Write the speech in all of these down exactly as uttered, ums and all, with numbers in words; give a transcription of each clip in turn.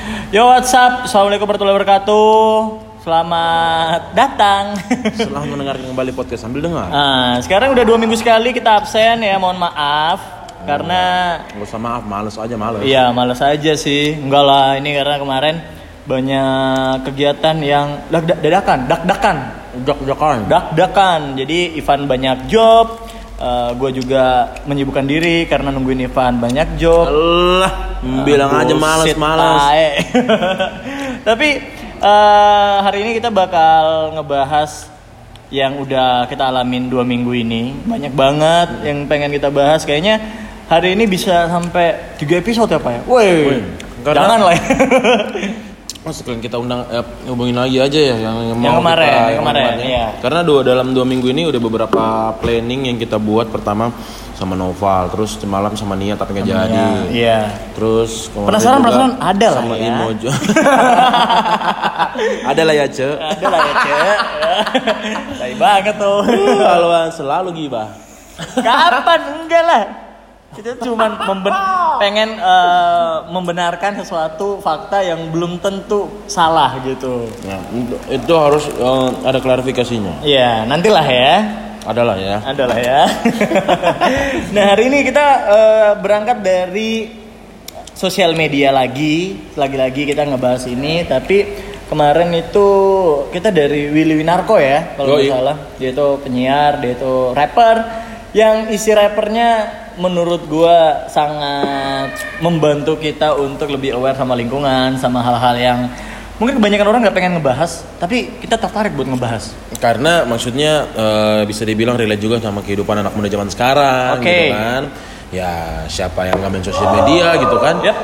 Yo, what's up? Assalamualaikum warahmatullahi wabarakatuh. Selamat datang. Selamat mendengarkan kembali podcast sambil dengar. Nah, sekarang udah dua minggu sekali kita absen ya, mohon maaf. Oh, karena nggak usah maaf, males aja males. Iya, males aja sih. Enggak lah, ini karena kemarin banyak kegiatan yang dadakan, dak-dakan, dak-dakan, dak-dakan. Jadi Ivan banyak job. Uh, gue juga menyibukkan diri karena nungguin Ivan banyak job. Allah, uh, bilang aja malas-malas. Tapi uh, hari ini kita bakal ngebahas yang udah kita alamin dua minggu ini. Banyak banget yang pengen kita bahas. Kayaknya hari ini bisa sampai tiga episode apa ya? Woi, jangan lah. Oh, sekalian kita undang eh, hubungin lagi aja ya yang, yang, yang mau kemarin, kita, yang kemarin, kemarin iya. Karena dua dalam dua minggu ini udah beberapa planning yang kita buat. Pertama sama Noval, terus semalam sama Nia tapi nggak jadi. Iya. Terus penasaran penasaran ada lah sama ya. Imojo. Ada lah ya Ce. Ada lah ya Ce. Baik banget tuh. Kalau selalu gibah. Kapan enggak lah. Kita cuma memben- pengen uh, membenarkan sesuatu fakta yang belum tentu salah gitu. Nah, itu harus uh, ada klarifikasinya. Iya, nantilah ya. Adalah ya. Adalah ya. Nah, hari ini kita uh, berangkat dari sosial media lagi. Lagi-lagi kita ngebahas ini, tapi kemarin itu kita dari Willy Winarko ya, kalau nggak salah. Dia itu penyiar, dia itu rapper. Yang isi rappernya menurut gue sangat membantu kita untuk lebih aware sama lingkungan, sama hal-hal yang mungkin kebanyakan orang nggak pengen ngebahas, tapi kita tertarik buat ngebahas. Karena maksudnya uh, bisa dibilang relate juga sama kehidupan anak muda zaman sekarang, okay. gitu kan? Ya siapa yang nggak main sosial media gitu kan? Yep.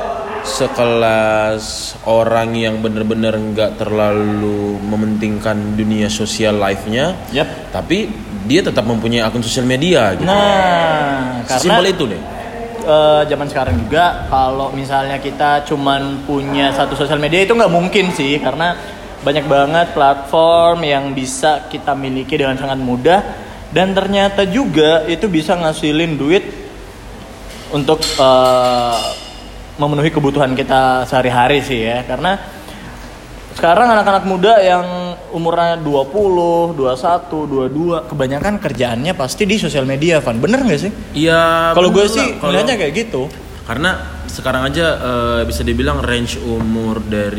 Sekelas orang yang benar-benar nggak terlalu mementingkan dunia sosial life-nya, yep. tapi dia tetap mempunyai akun sosial media gitu. Nah, karena simpel itu deh. Uh, zaman sekarang juga kalau misalnya kita cuman punya satu sosial media itu nggak mungkin sih, karena banyak banget platform yang bisa kita miliki dengan sangat mudah, dan ternyata juga itu bisa ngasilin duit untuk uh, memenuhi kebutuhan kita sehari-hari sih ya. Karena sekarang anak-anak muda yang umurnya dua puluh, dua puluh satu, dua puluh dua kebanyakan kerjaannya pasti di sosial media, Van. Bener gak sih? Iya. Kalau gue sih melihatnya kayak gitu. Karena sekarang aja uh, bisa dibilang range umur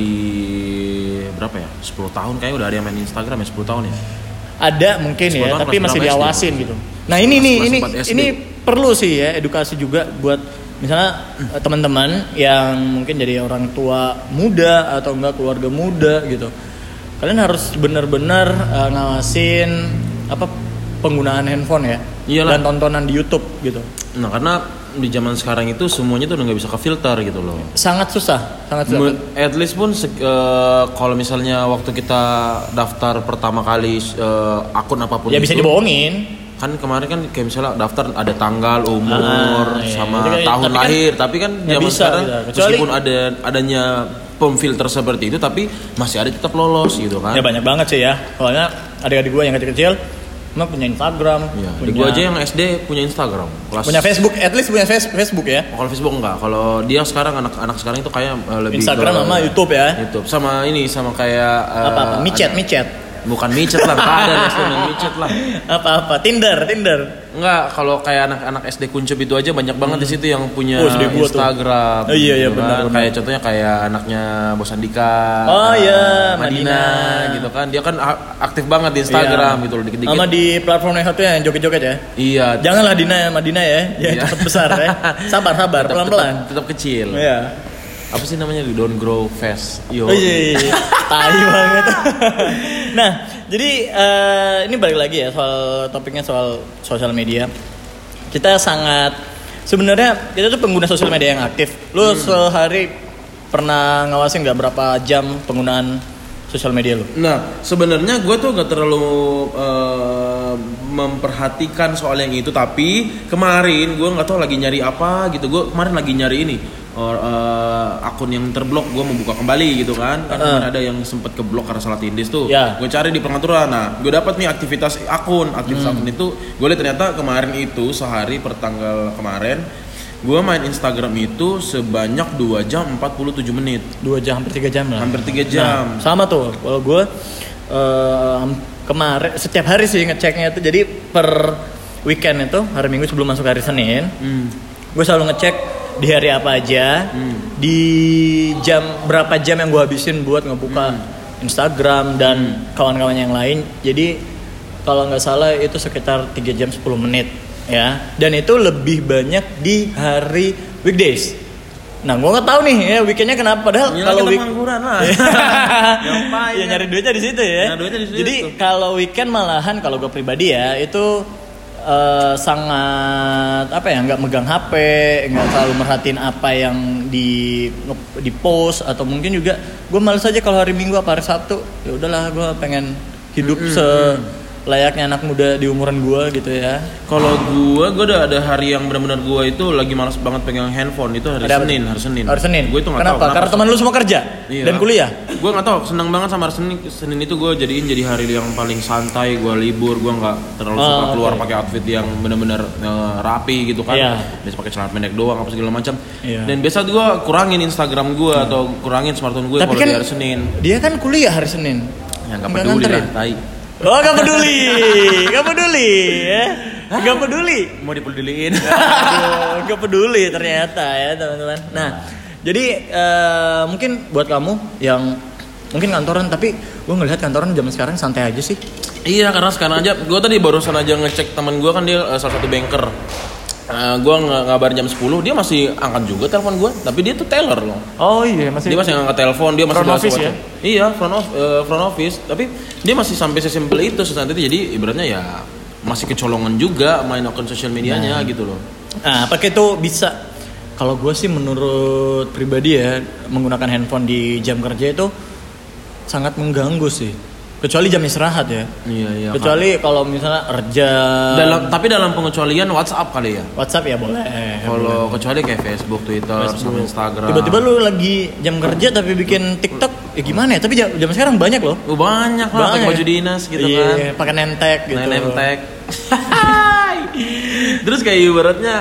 dari berapa ya? sepuluh tahun kayaknya udah ada yang main Instagram ya, sepuluh tahun ya. Ada mungkin ya, tapi masih diawasin gitu. Nah, ini nih ini ini perlu sih ya edukasi juga buat misalnya teman-teman yang mungkin jadi orang tua muda atau enggak keluarga muda gitu. Kalian harus benar-benar uh, ngawasin apa penggunaan handphone ya. Iyalah. Dan tontonan di YouTube gitu. Nah, karena di zaman sekarang itu semuanya tuh udah nggak bisa kefilter gitu loh. Sangat susah, sangat susah. At least pun uh, kalau misalnya waktu kita daftar pertama kali uh, akun apapun ya itu, bisa dibohongin. Kan kemarin kan kayak misalnya daftar ada tanggal, umur, ah, iya. sama jadi, tahun tapi lahir, kan tapi kan zaman sekarang gitu. Meskipun ada adanya pemfilter seperti itu, tapi masih ada tetap lolos gitu kan. Ya banyak banget sih ya. Soalnya adik-adik gue yang kecil-kecil emang punya Instagram. Ya, punya... gue aja yang S D punya Instagram. Kelas... Punya Facebook, at least punya Facebook ya. Oh, kalau Facebook enggak. Kalau dia sekarang anak-anak sekarang itu kayak uh, lebih Instagram ke, sama YouTube ya. YouTube sama ini sama kayak uh, apa-apa, micet, ada... micet. Bukan micet lah, enggak ada S D micet lah. Apa-apa, Tinder, Tinder. Enggak, kalau kayak anak-anak S D Kuncup itu aja banyak banget hmm. di situ yang punya oh, Instagram. Oh iya iya gitu benar, kan. Kayak contohnya kayak anaknya Bos Andika. Oh iya, Madina, Madina gitu kan. Dia kan aktif banget di Instagram iya. gitu loh dikit-dikit. Sama di platform yang satu yang joget-joget ya. Iya. Janganlah Dina ya, Madina ya. Ya iya. Cepat besar ya. Sabar, sabar, tetap, pelan-pelan. Tetap, tetap kecil. Iya. Apa sih namanya? Don't grow fast. Yo. Oh iya. iya. Tai banget. Nah, jadi uh, ini balik lagi ya soal topiknya soal sosial media. Kita sangat sebenarnya kita tuh pengguna sosial media yang aktif. Lu hmm. sehari pernah ngawasin nggak berapa jam penggunaan sosial media lu? Nah, sebenarnya gue tuh nggak terlalu uh, memperhatikan soal yang itu, tapi kemarin gue nggak tahu lagi nyari apa gitu. Gue kemarin lagi nyari ini. Or, uh, akun yang terblok gue membuka kembali gitu kan karena uh. ada yang sempet keblok karena salah tindis tuh yeah. Gue cari di pengaturan, nah gue dapat nih aktivitas akun aktivitas hmm. akun itu gue lihat ternyata kemarin itu sehari per tanggal kemarin Gue main Instagram itu sebanyak dua jam empat puluh tujuh menit. dua jam hampir tiga jam lah. Hampir tiga jam. Nah, sama tuh. Kalau gue uh, kemarin setiap hari sih ngeceknya itu. Jadi per weekend itu hari Minggu sebelum masuk hari Senin, hmm. gue selalu ngecek di hari apa aja, hmm. di jam berapa jam yang gue habisin buat ngebuka hmm. Instagram dan hmm. kawan-kawan yang lain. Jadi kalau nggak salah itu sekitar tiga jam sepuluh menit. Ya, dan itu lebih banyak di hari weekdays. Nah, gue nggak tahu nih ya weekendnya kenapa. Padahal ya, kalau kita week... pengangguran lah. Ya nyari duitnya di situ ya. Nah, di situ. Jadi kalau weekend malahan kalau gue pribadi ya itu uh, sangat apa ya, nggak megang H P, nggak terlalu merhatiin apa yang di di post atau mungkin juga gue males aja kalau hari Minggu apa hari Sabtu. Ya udahlah, gue pengen hidup mm-hmm. se layaknya anak muda di umuran gue gitu ya. Kalau gue, gue udah ada hari yang benar-benar gue itu lagi malas banget pegang handphone. Itu hari ada Senin, hari Senin. Hari Senin. Gue itu nggak tahu. Kenapa? Karena teman lu semua kerja iya. dan kuliah. Gue nggak tahu. Senang banget sama hari Senin. Senin itu gue jadiin jadi hari yang paling santai. Gue libur. Gue nggak terlalu oh, suka keluar okay. pakai outfit yang benar-benar uh, rapi gitu kan. Yeah. Biasa pakai celana pendek doang apa segala macam. Yeah. Dan biasa gue kurangin Instagram gue hmm. atau kurangin smartphone gue kalau kan, di hari Senin. Dia kan kuliah hari Senin. Ya nggak peduli lah. Tai. Oh gak peduli, gak peduli ya, gak peduli. Mau dipeduliin? Aduh, gak peduli ternyata ya teman-teman. Nah, jadi uh, mungkin buat kamu yang mungkin kantoran tapi gue ngelihat kantoran zaman sekarang santai aja sih. Iya, karena sekarang aja, gue tadi barusan aja ngecek teman gue kan dia uh, salah satu banker. Uh, gue ng- ngabarin jam sepuluh, dia masih angkat juga telepon gue, tapi dia tuh teller loh. Oh iya, masih. Dia masih ngangkat telepon, dia masih front office ya. Iya, front, of, uh, front office, tapi dia masih sampai sesimpel itu sesantai itu. Jadi ibaratnya ya masih kecolongan juga main akun sosial medianya nah. gitu loh. Nah, pakai itu bisa. Kalau gue sih menurut pribadi ya, menggunakan handphone di jam kerja itu sangat mengganggu sih. Kecuali jam istirahat ya. Iya iya. Kecuali kan. Kalau misalnya kerja. Dalam tapi dalam pengecualian WhatsApp kali ya. WhatsApp ya boleh. Kalau kecuali kayak Facebook, Twitter, Facebook. Sama Instagram. Tiba-tiba lu lagi jam kerja tapi bikin TikTok, ya gimana ya? Tapi jam, jam sekarang banyak loh. Oh, banyak lah. Pakai baju dinas gitu iya, kan. Iya. Pakai nemtek gitu. Nemtek. Terus kayak ibaratnya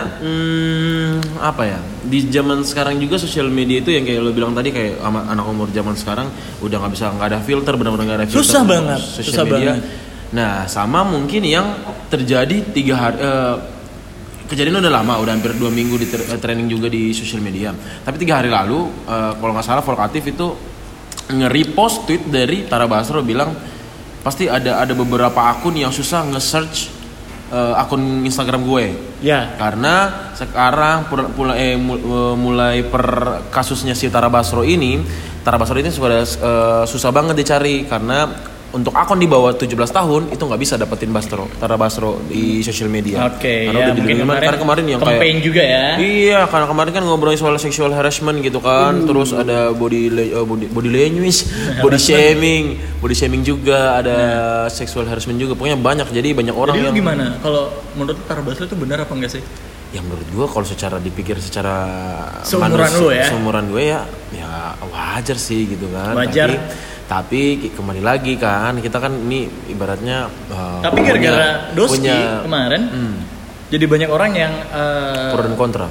hmm, apa ya? Di zaman sekarang juga sosial media itu yang kayak lo bilang tadi kayak anak umur zaman sekarang udah nggak bisa nggak ada filter, benar-benar nggak ada filter. Susah banget. Sosial susah media. Banget. Nah, sama mungkin yang terjadi tiga hari. Uh, kejadian udah lama, udah hampir dua minggu di tra- training juga di sosial media. Tapi tiga hari lalu, uh, kalau nggak salah Volkatif itu nge-repost tweet dari Tara Basro bilang pasti ada ada beberapa akun yang susah nge-search uh, akun Instagram gue. Ya. Karena sekarang pula, pula, eh, mulai per kasusnya si Tara Basro ini, Tara Basro ini sudah uh, susah banget dicari karena untuk akun di bawah tujuh belas tahun itu nggak bisa dapetin Basro, Tara Basro di sosial media. Oke. Okay, karena ya, udah mungkin kemarin, karena kemarin yang kayak campaign juga ya. Iya, karena kemarin kan ngobrolin soal sexual harassment gitu kan, uh. terus ada body uh, body body language, body shaming, body shaming juga, ada nah. sexual harassment juga. Pokoknya banyak. Jadi banyak orang jadi yang. Jadi gimana? Kalau menurut Tara Basro itu benar apa enggak sih? Ya menurut gue kalau secara dipikir secara seumuran lu ya. Seumuran gue ya, ya wajar sih gitu kan. Wajar. Tapi, Tapi kembali lagi kan kita kan ini ibaratnya uh, tapi gara-gara Doski punya, kemarin hmm. jadi banyak orang yang uh, pro dan kontra.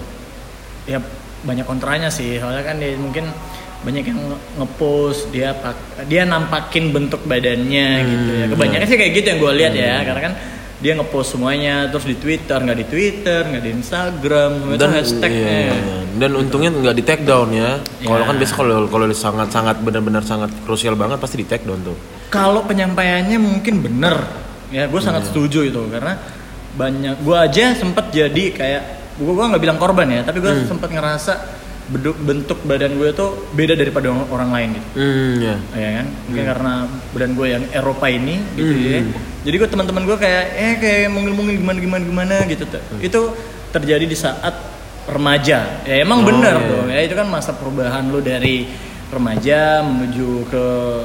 Ya banyak kontranya sih, soalnya kan dia mungkin banyak yang ngepost dia pak, dia nampakin bentuk badannya hmm, gitu ya. Kebanyakan ya. Sih kayak gitu yang gue lihat hmm. ya, karena kan dia ngepost semuanya, terus di Twitter, nggak di Twitter, nggak di Instagram, dan hashtagnya. Iya, iya. Dan untungnya nggak di take down ya. ya. Kalau kan biasa kalau kalau sangat sangat benar-benar sangat krusial banget pasti di take down tuh. Kalau penyampaiannya mungkin bener, ya gue sangat hmm. setuju itu karena banyak. Gue aja sempet jadi kayak gue gue nggak bilang korban ya, tapi gue hmm. sempet ngerasa bentuk bentuk badan gue tuh beda daripada orang lain gitu. Hmm, ya. Ya kan? Mungkin hmm. karena badan gue yang Eropa ini gitu hmm. ya. Jadi gue teman-teman gue kayak eh kayak mungil-mungil gimana-gimana gimana gitu tuh. Hmm. Itu terjadi di saat remaja. Ya emang oh, benar iya. dong. Ya itu kan masa perubahan lu dari remaja menuju ke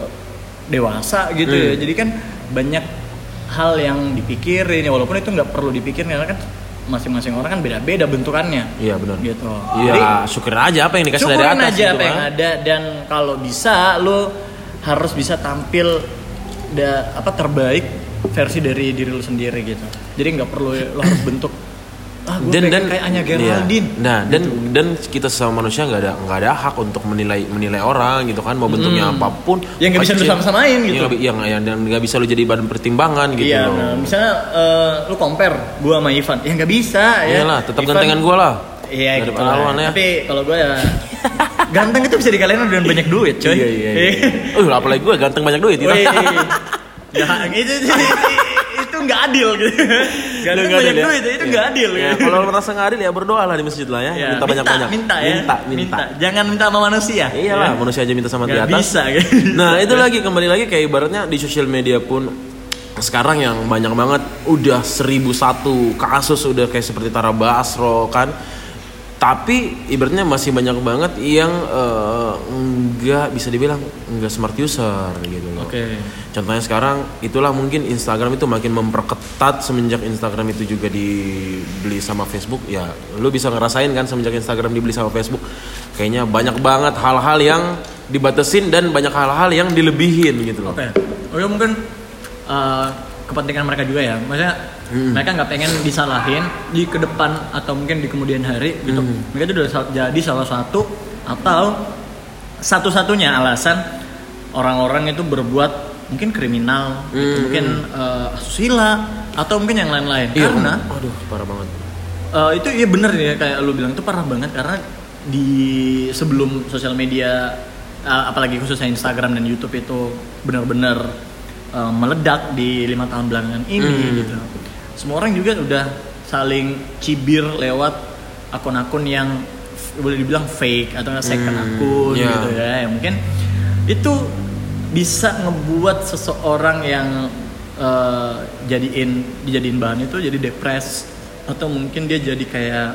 dewasa gitu hmm. ya. Jadi kan banyak hal yang dipikirin ya, walaupun itu nggak perlu dipikirin karena kan masing-masing orang kan beda-beda bentukannya. Iya benar. Gitu. Iya, jadi, syukurin aja apa yang dikasih dari atas. Syukurin aja gitu apa kan? Yang ada, dan kalau bisa lo harus bisa tampil da, apa terbaik versi dari diri lo sendiri gitu. Jadi nggak perlu lo harus bentuk ah, gue dan dan kayak Anya Geraldine. Iya. Nah, dan gitu. dan kita sama manusia nggak ada nggak ada hak untuk menilai menilai orang gitu kan, mau bentuknya hmm. apapun. Yang nggak bisa lu sama-samain gitu. Yang, yang, yang dan nggak bisa lu jadi bahan pertimbangan gitu. Iya, loh. Nah, misalnya uh, lu compare gue sama Ivan, ya nggak bisa ya. Iyalah, tetap Ivan, gantengan gue lah. Iya gitu lah. Ya. Tapi kalau gue ya ganteng itu bisa dikalahin dengan banyak duit, coy. Iya iya. iya. Oh, apalagi gue ganteng banyak duit gitu. Ya, itu itu nggak adil gitu. Ganteng banyak adil, duit, ya? itu nggak ya. adil. Ya, gitu. kalau merasa nggak adil ya berdoa lah di masjid lah ya. Ya minta banyak-banyak. Minta, minta, minta, ya. minta, minta. Jangan minta sama manusia. Iyalah, ya. Manusia aja minta sama di atas. Bisa. Gitu. Nah, itu lagi kembali lagi kayak ibaratnya di sosial media pun sekarang yang banyak banget udah seribu satu kasus udah kayak seperti Tara Basro kan. Tapi ibaratnya masih banyak banget yang uh, enggak bisa dibilang enggak smart user gitu loh. Oke. Okay. Contohnya sekarang itulah mungkin Instagram itu makin memperketat semenjak Instagram itu juga dibeli sama Facebook. Ya, lu bisa ngerasain kan semenjak Instagram dibeli sama Facebook. Kayaknya banyak banget hal-hal yang dibatasin dan banyak hal-hal yang dilebihin gitu loh. Oke. Okay. Oh ya mungkin uh, kepentingan mereka juga ya. Maksudnya Hmm. mereka nggak pengen disalahin di ke depan atau mungkin di kemudian hari gitu. Hmm. Mereka itu udah jadi salah satu atau satu-satunya alasan orang-orang itu berbuat mungkin kriminal, hmm. gitu. Mungkin uh, asusila atau mungkin yang lain-lain. Iya, karena, aduh parah banget. Uh, itu ya bener ya kayak lu bilang itu parah banget karena di sebelum sosial media, uh, apalagi khususnya Instagram dan YouTube itu benar-benar uh, meledak di lima tahun belakangan ini hmm. gitu. Semua orang juga udah saling cibir lewat akun-akun yang boleh dibilang fake atau second hmm, akun yeah. gitu ya. Yang mungkin itu bisa ngebuat seseorang yang uh, jadiin dijadiin bahan itu jadi depres atau mungkin dia jadi kayak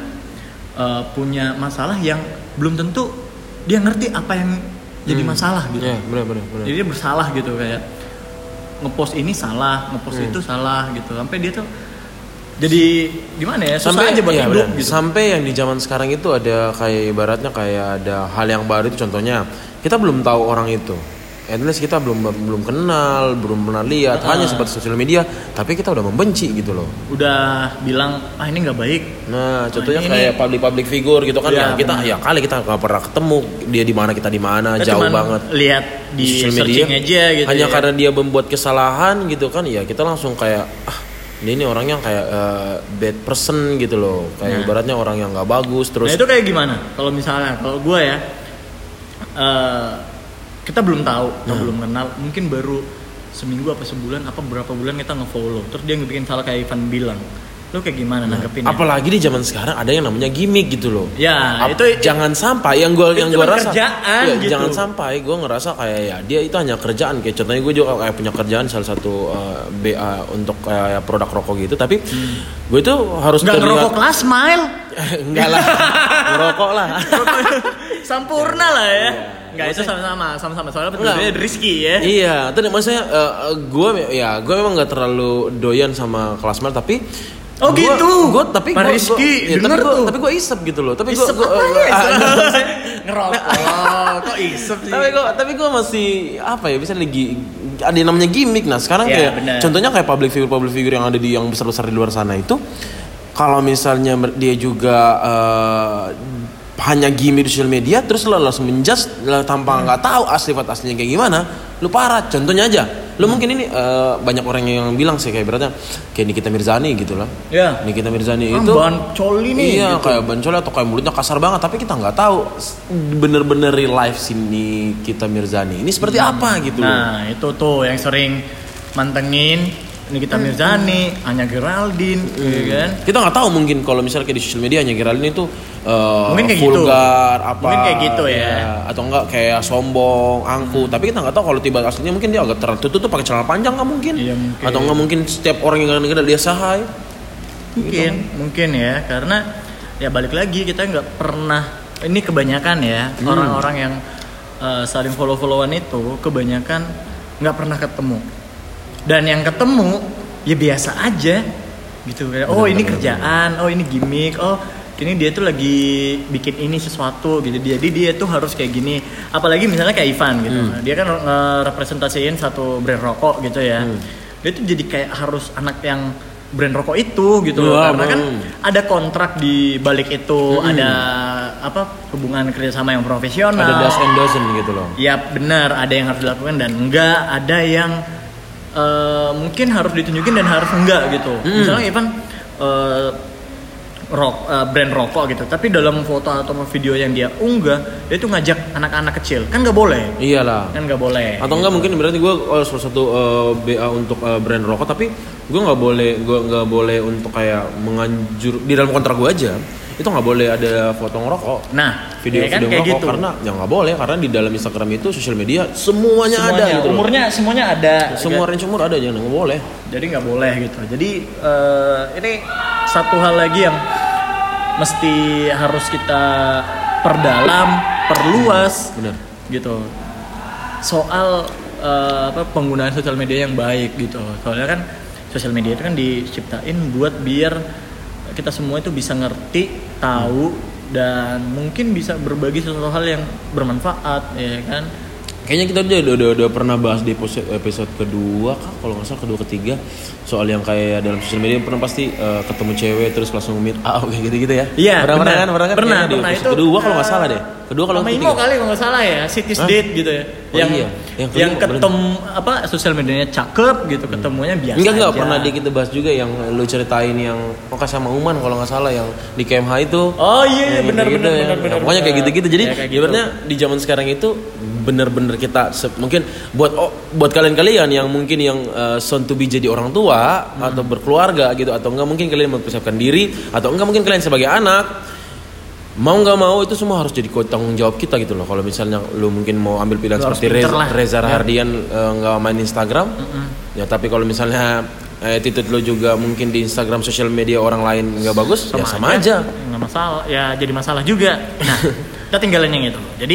uh, punya masalah yang belum tentu dia ngerti apa yang jadi hmm. masalah gitu. Yeah, bener, bener, bener. Jadi dia bersalah gitu kayak ngepost ini salah, ngepost hmm. itu salah gitu. Sampai dia tuh jadi gimana ya, susah sampai, aja buat iya, hidup gitu. Sampai yang di zaman sekarang itu ada kayak ibaratnya kayak ada hal yang baru itu, contohnya kita belum tahu orang itu, at least kita belum belum kenal, belum pernah lihat, uh, hanya seperti sosial media, tapi kita udah membenci gitu loh. Udah bilang ah ini nggak baik. Nah contohnya nah, kayak public public figure gitu kan ya, ya kita bener. Ya kali kita nggak pernah ketemu dia di mana kita di mana, jauh banget. Lihat di sosial media aja gitu. Hanya ya. Karena dia membuat kesalahan gitu kan, ya kita langsung kayak ah, ini, ini orangnya kayak uh, bad person gitu loh, kayak nah. ibaratnya orang yang nggak bagus terus. Nah itu kayak gimana? Kalau misalnya kalau gue ya, uh, kita belum tahu, kita nah. belum kenal, mungkin baru seminggu apa sebulan apa berapa bulan kita nge-follow, terus dia ngebikin salah kayak Ivan bilang, lo kayak gimana nah, nanggepinnya? Apalagi di zaman sekarang ada yang namanya gimmick gitu loh. Ya Ap- itu jangan sampai yang gue yang gue rasa, ya, gitu. jangan sampai gue ngerasa kayak ya dia itu hanya kerjaan, kayak contohnya gue juga kayak punya kerjaan salah satu uh, B A untuk kayak uh, produk rokok gitu, tapi hmm. gue itu harus nggak ngerokok kelas smile, enggak lah, ngerokok lah, sampurna lah ya. Enggak, itu sama-sama, sama-sama soalnya betul-betul risky ya. Iya, itu maksudnya uh, gue ya gue memang nggak terlalu doyan sama kelas smile, tapi oh gua, gitu. Gue tapi Pak Rizky, ya, denger tapi gua, tuh. Tapi gue isep gitu loh. Tapi gue isep gua, apa gua, ya? Uh, ngerokok. Oh, kok isep sih? Tapi gue tapi gue masih apa ya? Bisa lagi ada yang namanya gimmick. Nah sekarang ya, kayak bener. Contohnya kayak public figure public figure yang ada di yang besar-besar di luar sana itu, kalau misalnya dia juga uh, hanya gimmick di sosial media, terus lo langsung menjudge tanpa nggak hmm. tahu asli sifat aslinya kayak gimana, lu parah. Contohnya aja, lu hmm. mungkin ini uh, banyak orang yang bilang sih kayak beratnya kayak Nikita Mirzani gitu lah. Ya. Nikita Mirzani ah, itu bancol ini. Iya, gitu. kayak bancol atau kayak mulutnya kasar banget, tapi kita nggak tahu bener-bener real life sini Nikita Mirzani ini seperti hmm. apa gitu. Nah itu tuh yang sering mantengin Nikita Mirzani, hmm. Anya Geraldine, hmm. ya kan? Kita nggak tahu mungkin kalau misalnya kayak di sosial media Anya Geraldine itu uh, mungkin kayak vulgar gitu. apa? Mungkin kayak gitu ya. ya. Atau enggak kayak sombong, angkuh. Hmm. Tapi kita nggak tahu kalau tiba aslinya mungkin dia agak tertutup tuh pakai celana panjang nggak mungkin. Iya, mungkin. Atau nggak mungkin setiap orang yang dengar dia sahai. Mungkin, gitu. mungkin ya, karena ya balik lagi kita nggak pernah. Ini kebanyakan ya hmm. orang-orang yang uh, saling follow-followan itu kebanyakan nggak pernah ketemu. Dan yang ketemu ya biasa aja gitu kayak oh ini kerjaan, oh ini gimmick, oh ini dia tuh lagi bikin ini sesuatu gitu, jadi dia tuh harus kayak gini. Apalagi misalnya kayak Ivan gitu, hmm. dia kan ngerepresentasiin satu brand rokok gitu ya, hmm. dia tuh jadi kayak harus anak yang brand rokok itu gitu loh. Ya, Karena kan bang. ada kontrak di balik itu, hmm. ada apa hubungan kerjasama yang profesional. Ada does and doesn't gitu loh. Ya benar, ada yang harus dilakukan dan enggak, ada yang uh, mungkin harus ditunjukin dan harus enggak gitu. Hmm. Misalnya Ivan uh, Rock, uh, brand rokok gitu, tapi dalam foto atau video yang dia unggah, dia tuh ngajak anak-anak kecil, kan nggak boleh. Iyalah. Kan nggak boleh. Atau gitu. enggak mungkin berarti gue oh, salah satu uh, B A untuk uh, brand rokok, tapi gue nggak boleh, gue nggak boleh untuk kayak menganjur di dalam kontrak gue aja itu nggak boleh ada foto ngerokok. Nah, video ya kan, video ngerokok gitu. Karena ya nggak boleh karena di dalam Instagram itu sosial media semuanya, semuanya ada. Gitu umurnya loh. Semuanya ada. Semua range umur ada, jangan nggak boleh. Jadi nggak boleh gitu. Jadi uh, ini satu hal lagi yang mesti harus kita perdalam, perluas, benar gitu. Soal uh, apa penggunaan sosial media yang baik gitu. Soalnya kan sosial media itu kan diciptain buat biar kita semua itu bisa ngerti, tahu dan mungkin bisa berbagi sesuatu hal yang bermanfaat, ya kan? Kayaknya kita udah udah, udah, udah pernah bahas di episode, episode kedua kah, kalau nggak salah kedua ketiga, soal yang kayak dalam sosial media pernah pasti uh, ketemu cewek terus langsung meet out kayak gitu-gitu ya. Iya, pernah benar. Pernah kan? Pernah kan? Pernah, di pernah episode itu. Kedua kalau nggak salah deh. Kedua kalau ketiga. Imo kali kalau nggak salah ya, cities Hah? date gitu ya. Oh, yang iya. Yang, yang ketemu apa sosial medianya cakep gitu, ketemunya biasa enggak enggak aja. pernah di kita bahas juga yang lu ceritain yang Oka sama Uman kalau nggak salah yang di K M H itu. Oh iya iya benar gitu, benar ya. benar benar. Pokoknya kayak gitu-gitu. Jadi ya, gitu. ibaratnya di zaman sekarang itu bener-bener kita se- mungkin buat oh, buat kalian-kalian yang mungkin yang uh, soon to be jadi orang tua hmm. atau berkeluarga gitu atau enggak mungkin kalian mempersiapkan diri atau enggak mungkin kalian sebagai anak mau nggak mau itu semua harus jadi tanggung jawab kita gitu loh. Kalau misalnya lu mungkin mau ambil pilihan lu seperti Reza, Reza ya. Rahardian nggak uh, main Instagram Mm-mm. ya tapi kalau misalnya attitude lu juga mungkin di Instagram sosial media orang lain nggak bagus sama ya sama aja nggak masalah ya jadi masalah juga. Nah kita tinggalin yang itu. Jadi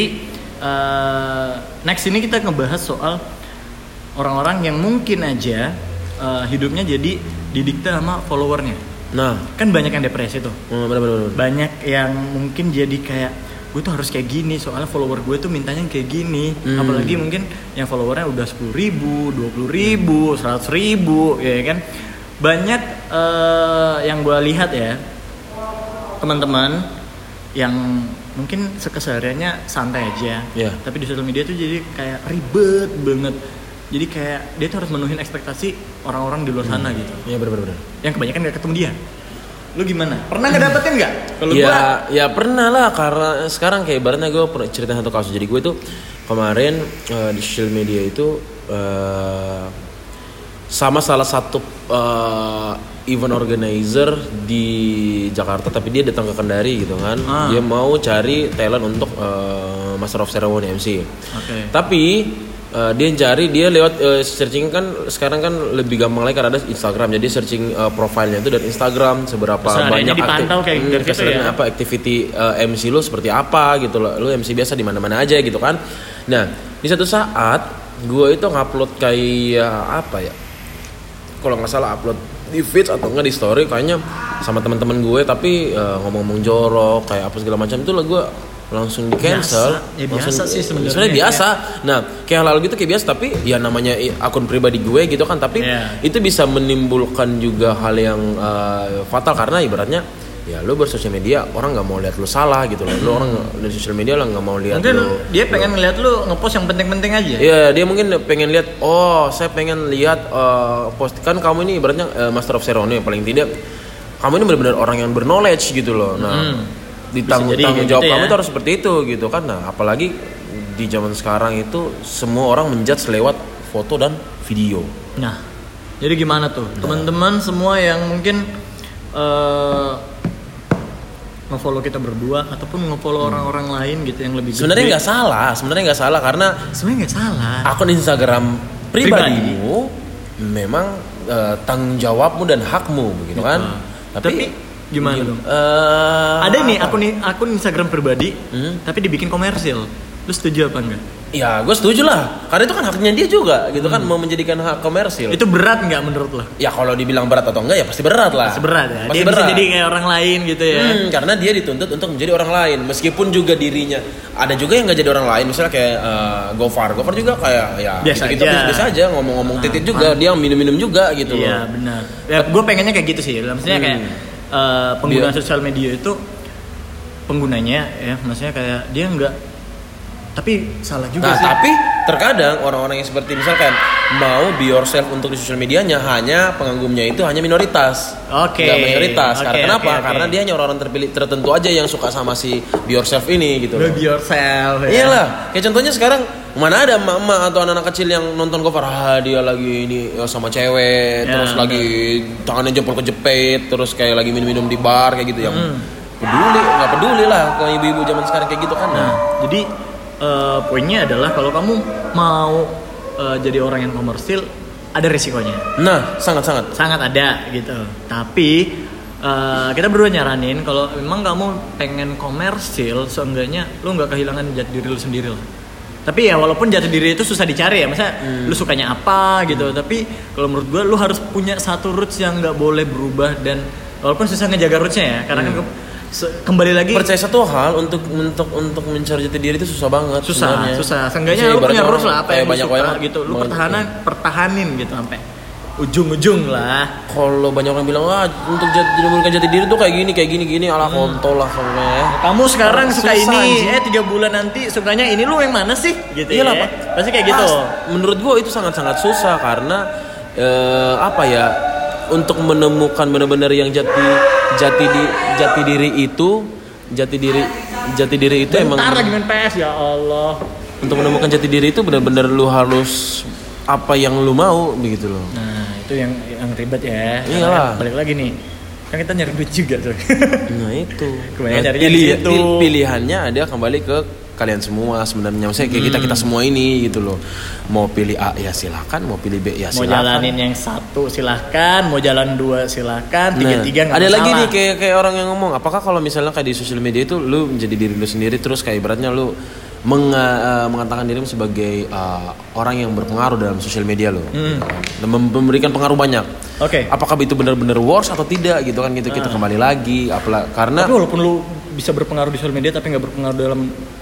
uh, next ini kita ngebahas soal orang-orang yang mungkin aja uh, hidupnya jadi didikte sama followernya. Nah, kan banyak yang depresi tuh. Hmm, bener, bener, bener. Banyak yang mungkin jadi kayak gue tuh harus kayak gini soalnya follower gue tuh mintanya kayak gini. Hmm. Apalagi mungkin yang followernya udah sepuluh ribu, dua puluh ribu, seratus ribu, ya kan. Banyak uh, yang gue lihat ya teman-teman yang mungkin sekesehariannya santai aja, yeah. tapi di sosial media tuh jadi kayak ribet banget. Jadi kayak dia tuh harus menuhin ekspektasi orang-orang di luar sana hmm. gitu. Iya benar-benar. Yang kebanyakan nggak ketemu dia. Lu gimana? Pernah ngedapetin nggak? Kalau ya, gua, ya pernah lah karena sekarang kayak ibaratnya gue pernah cerita satu kasus. Jadi gue tuh kemarin uh, di social media itu uh, sama salah satu uh, event organizer di Jakarta, tapi dia datang ke Kendari gitu kan. Ah. Dia mau cari talent untuk uh, Master of Ceremony M C. Okay. Tapi Uh, dia cari dia lewat uh, searching kan sekarang kan lebih gampang lagi karena ada Instagram, jadi searching uh, profilnya itu dari Instagram seberapa banyak dipantau aktif, kayak hmm, gitu ya. apa activity uh, M C lu seperti apa gitu loh, lu M C biasa di mana-mana aja gitu kan. Nah di satu saat gue itu ngupload kayak apa ya, kalau nggak salah upload di feed atau enggak di story kayaknya sama teman-teman gue tapi uh, ngomong-ngomong jorok kayak apa segala macam itu lah gue langsung di cancel. Biasa, ya biasa sih sebenarnya. Sebenarnya biasa. Nah, kayak hal-hal gitu kayak biasa tapi ya namanya akun pribadi gue gitu kan, tapi yeah. itu bisa menimbulkan juga hal yang uh, fatal karena ibaratnya ya lu bersosial media orang nggak mau lihat lu salah gitu loh. Lu orang dari sosial media lah nggak mau lihat mungkin lu. Dia pengen lu, lihat lu ngepost yang penting-penting aja. Iya, dia mungkin pengen lihat oh, saya pengen lihat uh, post kan kamu ini ibaratnya uh, Master of Ceremony paling tidak kamu ini benar-benar orang yang berknowledge gitu loh. Nah, hmm. ditanggung tanggung jawab gitu kamu ya. Itu harus seperti itu gitu kan. Nah apalagi di zaman sekarang itu semua orang menjudge lewat foto dan video. Nah jadi gimana tuh nah. teman-teman semua yang mungkin uh, nge-follow kita berdua ataupun nge-follow hmm. orang-orang lain gitu yang lebih sebenarnya nggak salah sebenarnya nggak salah karena sebenarnya nggak salah akun Instagram pribadimu Pribadi. memang uh, tanggung jawabmu dan hakmu begitu gitu. kan. Tapi, Tapi gimana dong? Uh, ada nih akun akun Instagram pribadi, hmm? tapi dibikin komersil. Lu setuju apa enggak? Ya, gue setuju lah. Karena itu kan haknya dia juga, gitu kan, mau menjadikan hak komersil. Itu berat nggak menurut lo? Ya kalau dibilang berat atau enggak ya pasti berat lah. Pasti berat ya. Pasti Dia berat. bisa jadi kayak orang lain gitu ya. Hmm, karena dia dituntut untuk menjadi orang lain, meskipun juga dirinya ada juga yang nggak jadi orang lain. Misalnya kayak uh, Gofar, Gofar juga kayak ya biasa gitu, aja. biasa aja ngomong-ngomong Nah, titit juga, dia minum-minum juga gitu loh. Iya benar. Ya, gue pengennya kayak gitu sih. Maksudnya kayak Hmm. uh, pengguna Dia- sosial media itu penggunanya ya, maksudnya kayak dia nggak. Tapi salah juga Nah, sih. tapi terkadang orang-orang yang seperti misalkan mau be yourself untuk di sosial medianya, hanya pengagumnya itu hanya minoritas. Oke. Nggak mayoritas. Oke, Karena kenapa? oke, oke. Karena dia hanya orang-orang terpilih tertentu aja yang suka sama si be yourself ini gitu loh. Be yourself. Ya. Iyalah, kayak contohnya sekarang mana ada emak-emak atau anak-anak kecil yang nonton Gofar, ah dia lagi ini ya, sama cewek, Ya, terus bener. lagi tangannya jempol kejepit, terus kayak lagi minum-minum di bar kayak gitu yang Hmm. peduli, nggak peduli lah ke ibu-ibu zaman sekarang kayak gitu kan. Nah, jadi eh, poinnya adalah kalau kamu mau eh, jadi orang yang komersil, ada resikonya. Nah, sangat-sangat. Sangat ada gitu. Tapi eh, kita berdua nyaranin kalau memang kamu pengen komersil, seenggaknya lu nggak kehilangan jati diri lu sendiri lah. Tapi ya walaupun jati diri itu susah dicari ya, masa Hmm. lu sukanya apa gitu. Tapi kalau menurut gua lu harus punya satu roots yang nggak boleh berubah, dan walaupun susah ngejaga rootsnya ya, karena kan ke- se- kembali lagi Percaya satu hal, untuk untuk untuk mencari jati diri itu susah banget. susah sebenarnya. susah seenggaknya Maksudnya lu punya ibaratnya roots orang lah, apa kayak yang lu banyak suka orang gitu, lu mau- pertahanan pertahanin gitu sampai ujung-ujung lah. Kalau banyak orang bilang ah untuk jati, menemukan jati diri tuh kayak gini kayak gini gini ala kontol lah sebenarnya. Kamu sekarang suka Susah, ini, anjing. eh tiga bulan nanti sukanya ini, lu yang mana sih? Gitu Iya lah, ya. Pak. Pasti kayak gitu. Pas, menurut gua itu sangat-sangat susah karena eh, apa ya, untuk menemukan benar-benar yang jati jati di jati diri itu jati diri jati diri itu emang Bentar lagi main P S ya Allah. untuk menemukan jati diri itu benar-benar lu harus apa yang lu mau begitu loh. Nah, itu yang yang ribet ya. Iyalah. Karena balik lagi nih. Kan kita nyari duit juga tuh. Nah itu. Kebanyakan Nah, carinya pilih- di situ. pil- pilihannya ada kembali ke kalian semua sebenarnya. Maksudnya kayak kita kita semua ini gitu loh. Mau pilih A ya silakan, mau pilih B ya Mau silakan. jalanin yang satu silahkan, mau jalan dua silahkan, Nah, tiga-tiga nggak ada lagi masalah. nih kayak kayak orang yang ngomong, apakah kalau misalnya kayak di sosial media itu lu menjadi diri lu sendiri terus kayak ibaratnya lu menga- eh, mengatakan dirimu sebagai eh, orang yang berpengaruh dalam sosial media lo, Hmm. dan mem- memberikan pengaruh banyak. Oke. Apakah itu benar-benar worse atau tidak gitu kan, gitu kita kembali lagi apalah karena Tapi walaupun lu bisa berpengaruh di sosial media tapi nggak berpengaruh dalam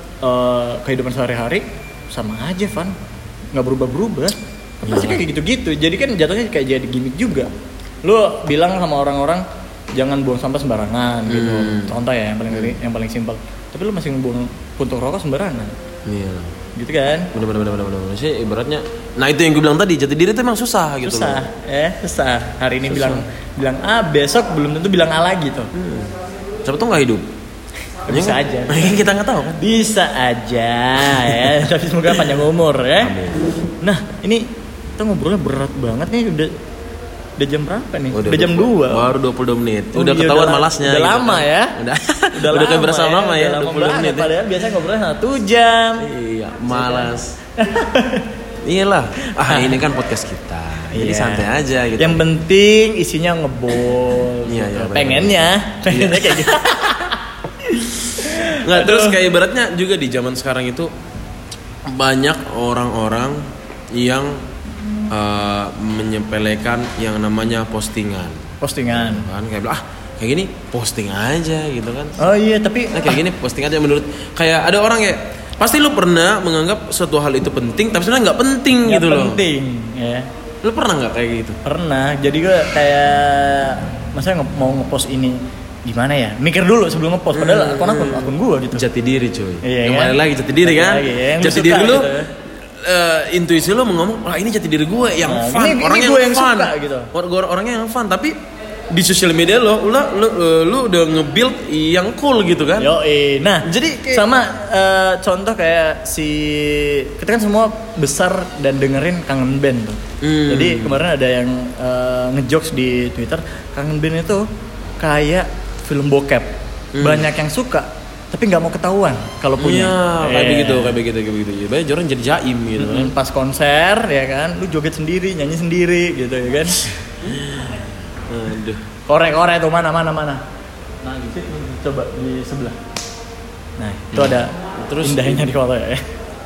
eh, kehidupan sehari-hari, sama aja Van, nggak berubah-berubah. Kan pasti kayak gitu-gitu. Jadi kan jatuhnya kayak jadi gimmick juga. Lu bilang sama orang-orang jangan buang sampah sembarangan gitu. Hmm. Contoh ya yang paling yang paling simpel. Tapi lu masih buang puntung rokok sembarangan. iya. Gitu kan? Bener bener bener bener bener sih ibaratnya. Nah itu yang gue bilang tadi, jati diri itu emang susah gitu Susah, loh. ya susah. Hari ini Susah. bilang bilang A, besok belum tentu bilang A lagi tuh. Hmm. Siapa tuh nggak hidup? Bisa Ya, aja. Kita nggak tahu kan. Bisa aja ya, tapi semoga panjang umur ya. Amin. Nah, ini kita ngobrolnya berat banget nih, udah udah jam berapa nih? Udah, Udah jam dua. Baru dua puluh dua menit. Oh, udah iya, ketahuan udah la- malasnya. udah gitu lama kan. ya. Udah. Udah, kayak berasa lama ya, udah dua puluh banget, menit. Ya. Padahal biasanya ngobrolnya satu jam. Iya, malas. Iyalah. Ah, ini kan podcast kita. Jadi Iya. santai aja gitu. Yang penting isinya ngebol. Iya, gitu. iya, bener. Pengennya, pengennya kayak gitu. Nggak, Aduh. terus kayak ibaratnya juga di zaman sekarang itu banyak orang-orang yang eh, menyepelekan yang namanya postingan. Postingan. Kan kayak bilang ah kayak gini posting aja gitu kan. Oh iya, tapi Nah, kayak gini posting aja menurut kayak ada orang kayak pasti lu pernah menganggap suatu hal itu penting tapi sebenarnya nggak penting nggak gitu loh. penting ya. Lu pernah nggak kayak gitu? Pernah, jadi gue kayak masa nge- mau ngepost ini gimana ya? Mikir dulu sebelum ngepost, padahal akun akun akun gue gitu. Jati diri cuy. Iya, Kembali kan? lagi jati diri Jati kan. lagi, ya, yang lu Jati suka diri lu gitu ya. eh, intuisi lu mau ngomong, wah ini jati diri gue yang Nah, fun, ini- ini orangnya gue yang, yang fun, suka gitu. Or- gua orangnya yang fun, tapi di sosial media lo, lu, lu, lu udah nge-build yang cool gitu kan? Yo, nah, Jadi kayak- sama eh, contoh kayak si kita kan semua besar dan dengerin Kangen Band tuh. Hmm. Jadi kemarin ada yang eh, ngejokes di Twitter, Kangen Band itu kayak film bokep. Hmm. Banyak yang suka, tapi nggak mau ketahuan kalau punya. Iya, kayak Iya. begitu, kayak begitu, kayak begitu. Ya, banyak orang jadi jaim gitu kan. Mm, pas konser ya kan, lu joget sendiri, nyanyi sendiri gitu ya kan. Aduh. Korek-korek tuh mana mana mana. Nah, di situ coba di sebelah. Nah, itu Hmm. ada Terus- indahnya di foto ya.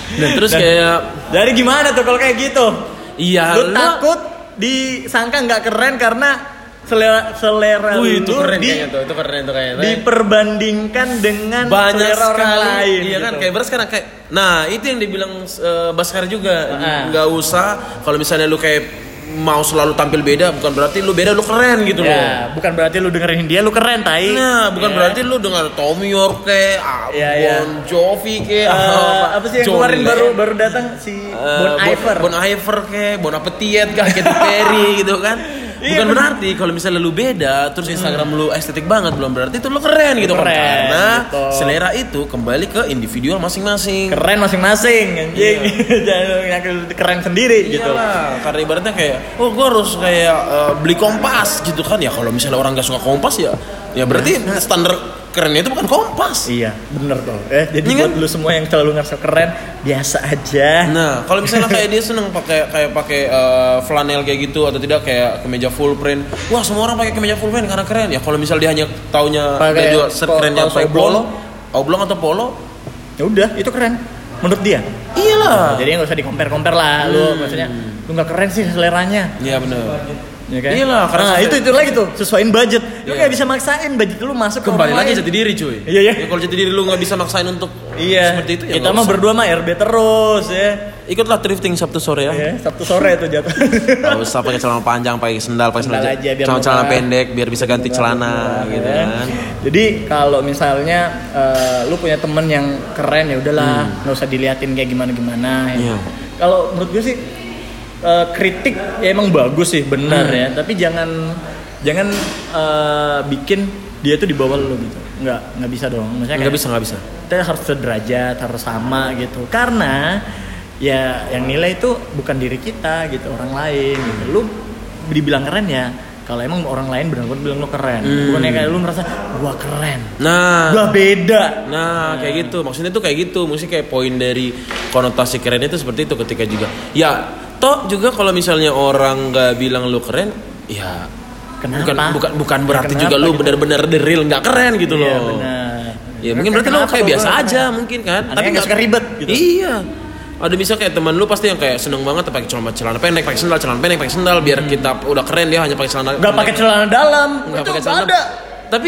Dan terus Dan, kayak dari gimana tuh kalau kayak gitu? iya, Lu takut disangka nggak keren karena selera selera Wih, itu lu keren di, kayaknya tuh, itu keren tuh kayaknya. diperbandingkan dengan Banyak selera orang sekali, lain. iya kan, gitu. kayak beres sekarang kayak, nah itu yang dibilang uh, Baskar juga, Ah. nggak usah kalau misalnya lu kayak mau selalu tampil beda, bukan berarti lu beda, lu keren gitu loh. Ya, bukan berarti lu dengerin dia lu keren, tai. Nah, bukan Ya. berarti lu dengar Tommy York kayak ah, Iya, iya. Bon Jovi kayak Eh, ah, apa sih yang John kemarin Lennon. baru baru datang si Eh, Bon Iver. Bon Iver kayak Bon Appetit kayak Katy Perry gitu kan. Iya, Bukan bener. berarti kalau misalnya lu beda terus Instagram lu estetik banget, belum berarti itu lu keren gitu kan. Keren, Karena gitu. selera itu kembali ke individual masing-masing. Keren masing-masing anjing. Jangan yang keren sendiri gitu. Iyalah, karena ibaratnya kayak, oh gue harus kayak eh, beli Kompas gitu kan ya. Kalau misalnya orang nggak suka Kompas ya, ya berarti standar kerennya itu bukan Kompas. Iya, bener tuh. Eh, jadi Iya buat kan? lu semua yang selalu ngerasa keren, biasa aja. Nah, kalau misalnya kayak dia seneng pakai kayak pakai eh, flanel kayak gitu atau tidak kayak kemeja full print. Wah, semua orang pakai kemeja full print karena keren. Ya kalau misalnya dia hanya taunya Pakai dia juga shirt po- kerennya kaos pakai oblong. polo, oblong atau polo. Ya udah, itu keren menurut dia. Iyalah. Jadi nggak usah di-compare-compare lah lu, maksudnya lu nggak keren sih seleranya. Iya benar. Ya kan? Iyalah, karena nah, sesuai- itu itu lagi tuh, sesuaiin budget. Lu Iya. kayak bisa maksain budget lu masuk ke Kembali orang lagi lain. jati diri cuy. Iya, iya. Ya, kalau jati diri lu nggak bisa maksain untuk Iya. seperti itu ya Kita nggak mah usah. berdua mah R B terus ya. Ikutlah thrifting Sabtu sore ya. Ya, Sabtu sore tuh jatuh. Gak usah pakai celana panjang, pakai sendal, pakai Sendal sendal aja, biar celana, celana murah. pendek biar bisa ganti celana gitu Ya. kan. Jadi kalau misalnya eh, lu punya temen yang keren ya udahlah, nggak usah diliatin kayak gimana gimana. Ya. Iya. Kalau menurut gue sih eh, kritik ya emang bagus sih, benar ya. Tapi jangan jangan eh, bikin dia tuh di bawah lu gitu. Nggak nggak bisa dong. Maksudnya Nggak kayak bisa, nggak bisa. kita harus sederajat, harus sama gitu. Karena ya yang nilai itu bukan diri kita gitu, orang lain gitu. Lu dibilang keren ya kalau emang orang lain benar-benar bilang lu keren. Hmm. Bukannya kayak lu merasa gua keren. Nah, Gua beda. nah kayak gitu. Maksudnya tuh kayak gitu. Mesti kayak poin dari konotasi keren itu seperti itu ketika juga. Ya, toh juga kalau misalnya orang nggak bilang lu keren, ya Kenapa? bukan bukan bukan berarti Kenapa juga lu gitu? benar-benar the real nggak keren gitu Iya loh. benar. Ya mungkin berarti lu Kenapa kayak kalau biasa gua aja keren? mungkin kan. Anaknya nggak suka ribet gitu. Iya. Ada bisa kayak teman lu pasti yang kayak seneng banget pakai celana celana pendek, pakai sendal, celana pendek, pakai sendal biar kita udah keren, dia hanya pakai celana. Nggak pakai celana dalam. Nggak Itu pakai nggak celana. ada. Tapi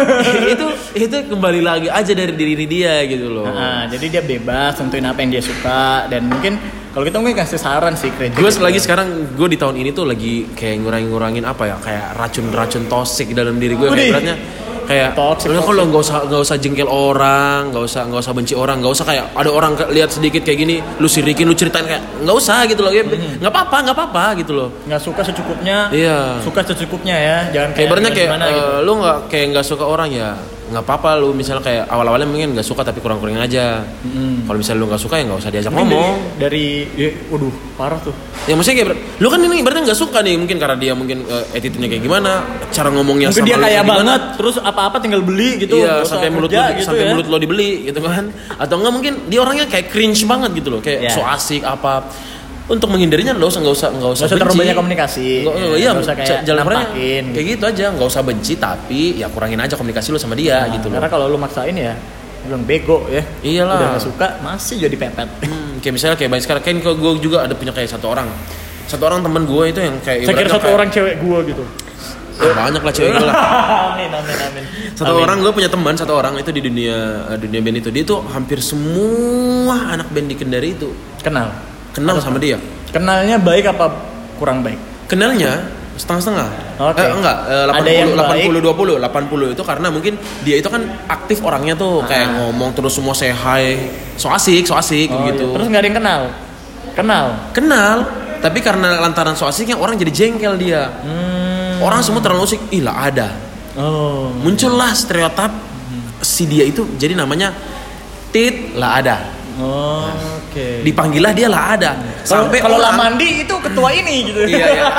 itu itu kembali lagi aja dari diri dia gitu loh. Nah, jadi dia bebas tentuin apa yang dia suka dan mungkin kalau kita mungkin kasih saran sih kritik. Gue lagi sekarang gue di tahun ini tuh lagi kayak ngurangin-ngurangin apa ya, kayak racun-racun toksik dalam diri gue. Udih. Kayak beratnya kayak Toxic, udah toxic. kalau nggak usah nggak usah jengkel orang, nggak usah nggak usah benci orang, nggak usah kayak ada orang ke- lihat sedikit kayak gini, lu sirikin, lu ceritain kayak nggak usah gitu loh, ya nggak apa-apa nggak apa-apa gitu loh. nggak suka secukupnya. Iya. Suka secukupnya ya, jangan Kayak kayak ibaratnya kayak gimana eh, gitu. lu nggak kayak nggak suka orang ya nggak apa-apa, lu misalnya kayak awal-awalnya mungkin nggak suka tapi kurang-kurangin aja. Kalau misalnya lu nggak suka ya nggak usah diajak Mungkin ngomong. dari, dari ya, waduh parah tuh. Ya maksudnya kayak ber- lu kan ini ibaratnya nggak suka nih mungkin karena dia mungkin uh, attitude-nya kayak gimana, cara ngomongnya Mungkin sama dia lu kaya kayak gimana. banget, terus apa-apa tinggal beli gitu. Iya, nggak usah sampai mulut kerja lo, gitu sampai ya. mulut lo dibeli gitu kan. Atau enggak mungkin dia orangnya kayak cringe banget gitu loh, kayak Iya. so asik apa. Untuk menghindarinya nggak usah nggak usah nggak usah Nggak usah terlalu benci. banyak komunikasi. Nggak, Ya, iya, nggak usah kayak jalan keluarnya nampakin kayak gitu aja, nggak usah benci tapi ya kurangin aja komunikasi lu sama dia Nah, gitu loh. karena kalau lu maksain ya bilang bego ya. Iyalah. Udah gak suka masih jadi pepet. Hmm, kayak misalnya kayak banyak sekarang kan gue juga ada punya kayak satu orang satu orang temen gue itu yang kayak Saya kira ibaratnya satu kayak- orang cewek gua gitu. Ah, banyak lah cewek gue lah. amin amin amin. Satu Amin. orang gue punya teman satu orang itu di dunia eh, dunia band itu, dia tuh hampir semua anak band di Kendari itu kenal. kenal sama dia. Kenalnya baik apa kurang baik? Kenalnya setengah-setengah. Oke. Eh, enggak, eh, Ada yang delapan puluh baik. dua puluh delapan puluh itu karena mungkin dia itu kan aktif orangnya tuh kayak Ah. ngomong terus semua say hi, so asik, so asik Oh, gitu. iya. Terus nggak ada yang kenal. Kenal. Kenal, tapi karena lantaran so asiknya orang jadi jengkel dia. Hmm. Orang semua terlalu asik, ih lah ada. Oh. Muncullah stereotip si dia itu jadi namanya Tit lah ada. Oh, Oke. Dipanggillah dia lah ada. Kalau Sampai kalau orang- Lamandi itu ketua ini gitu. Iya, iya.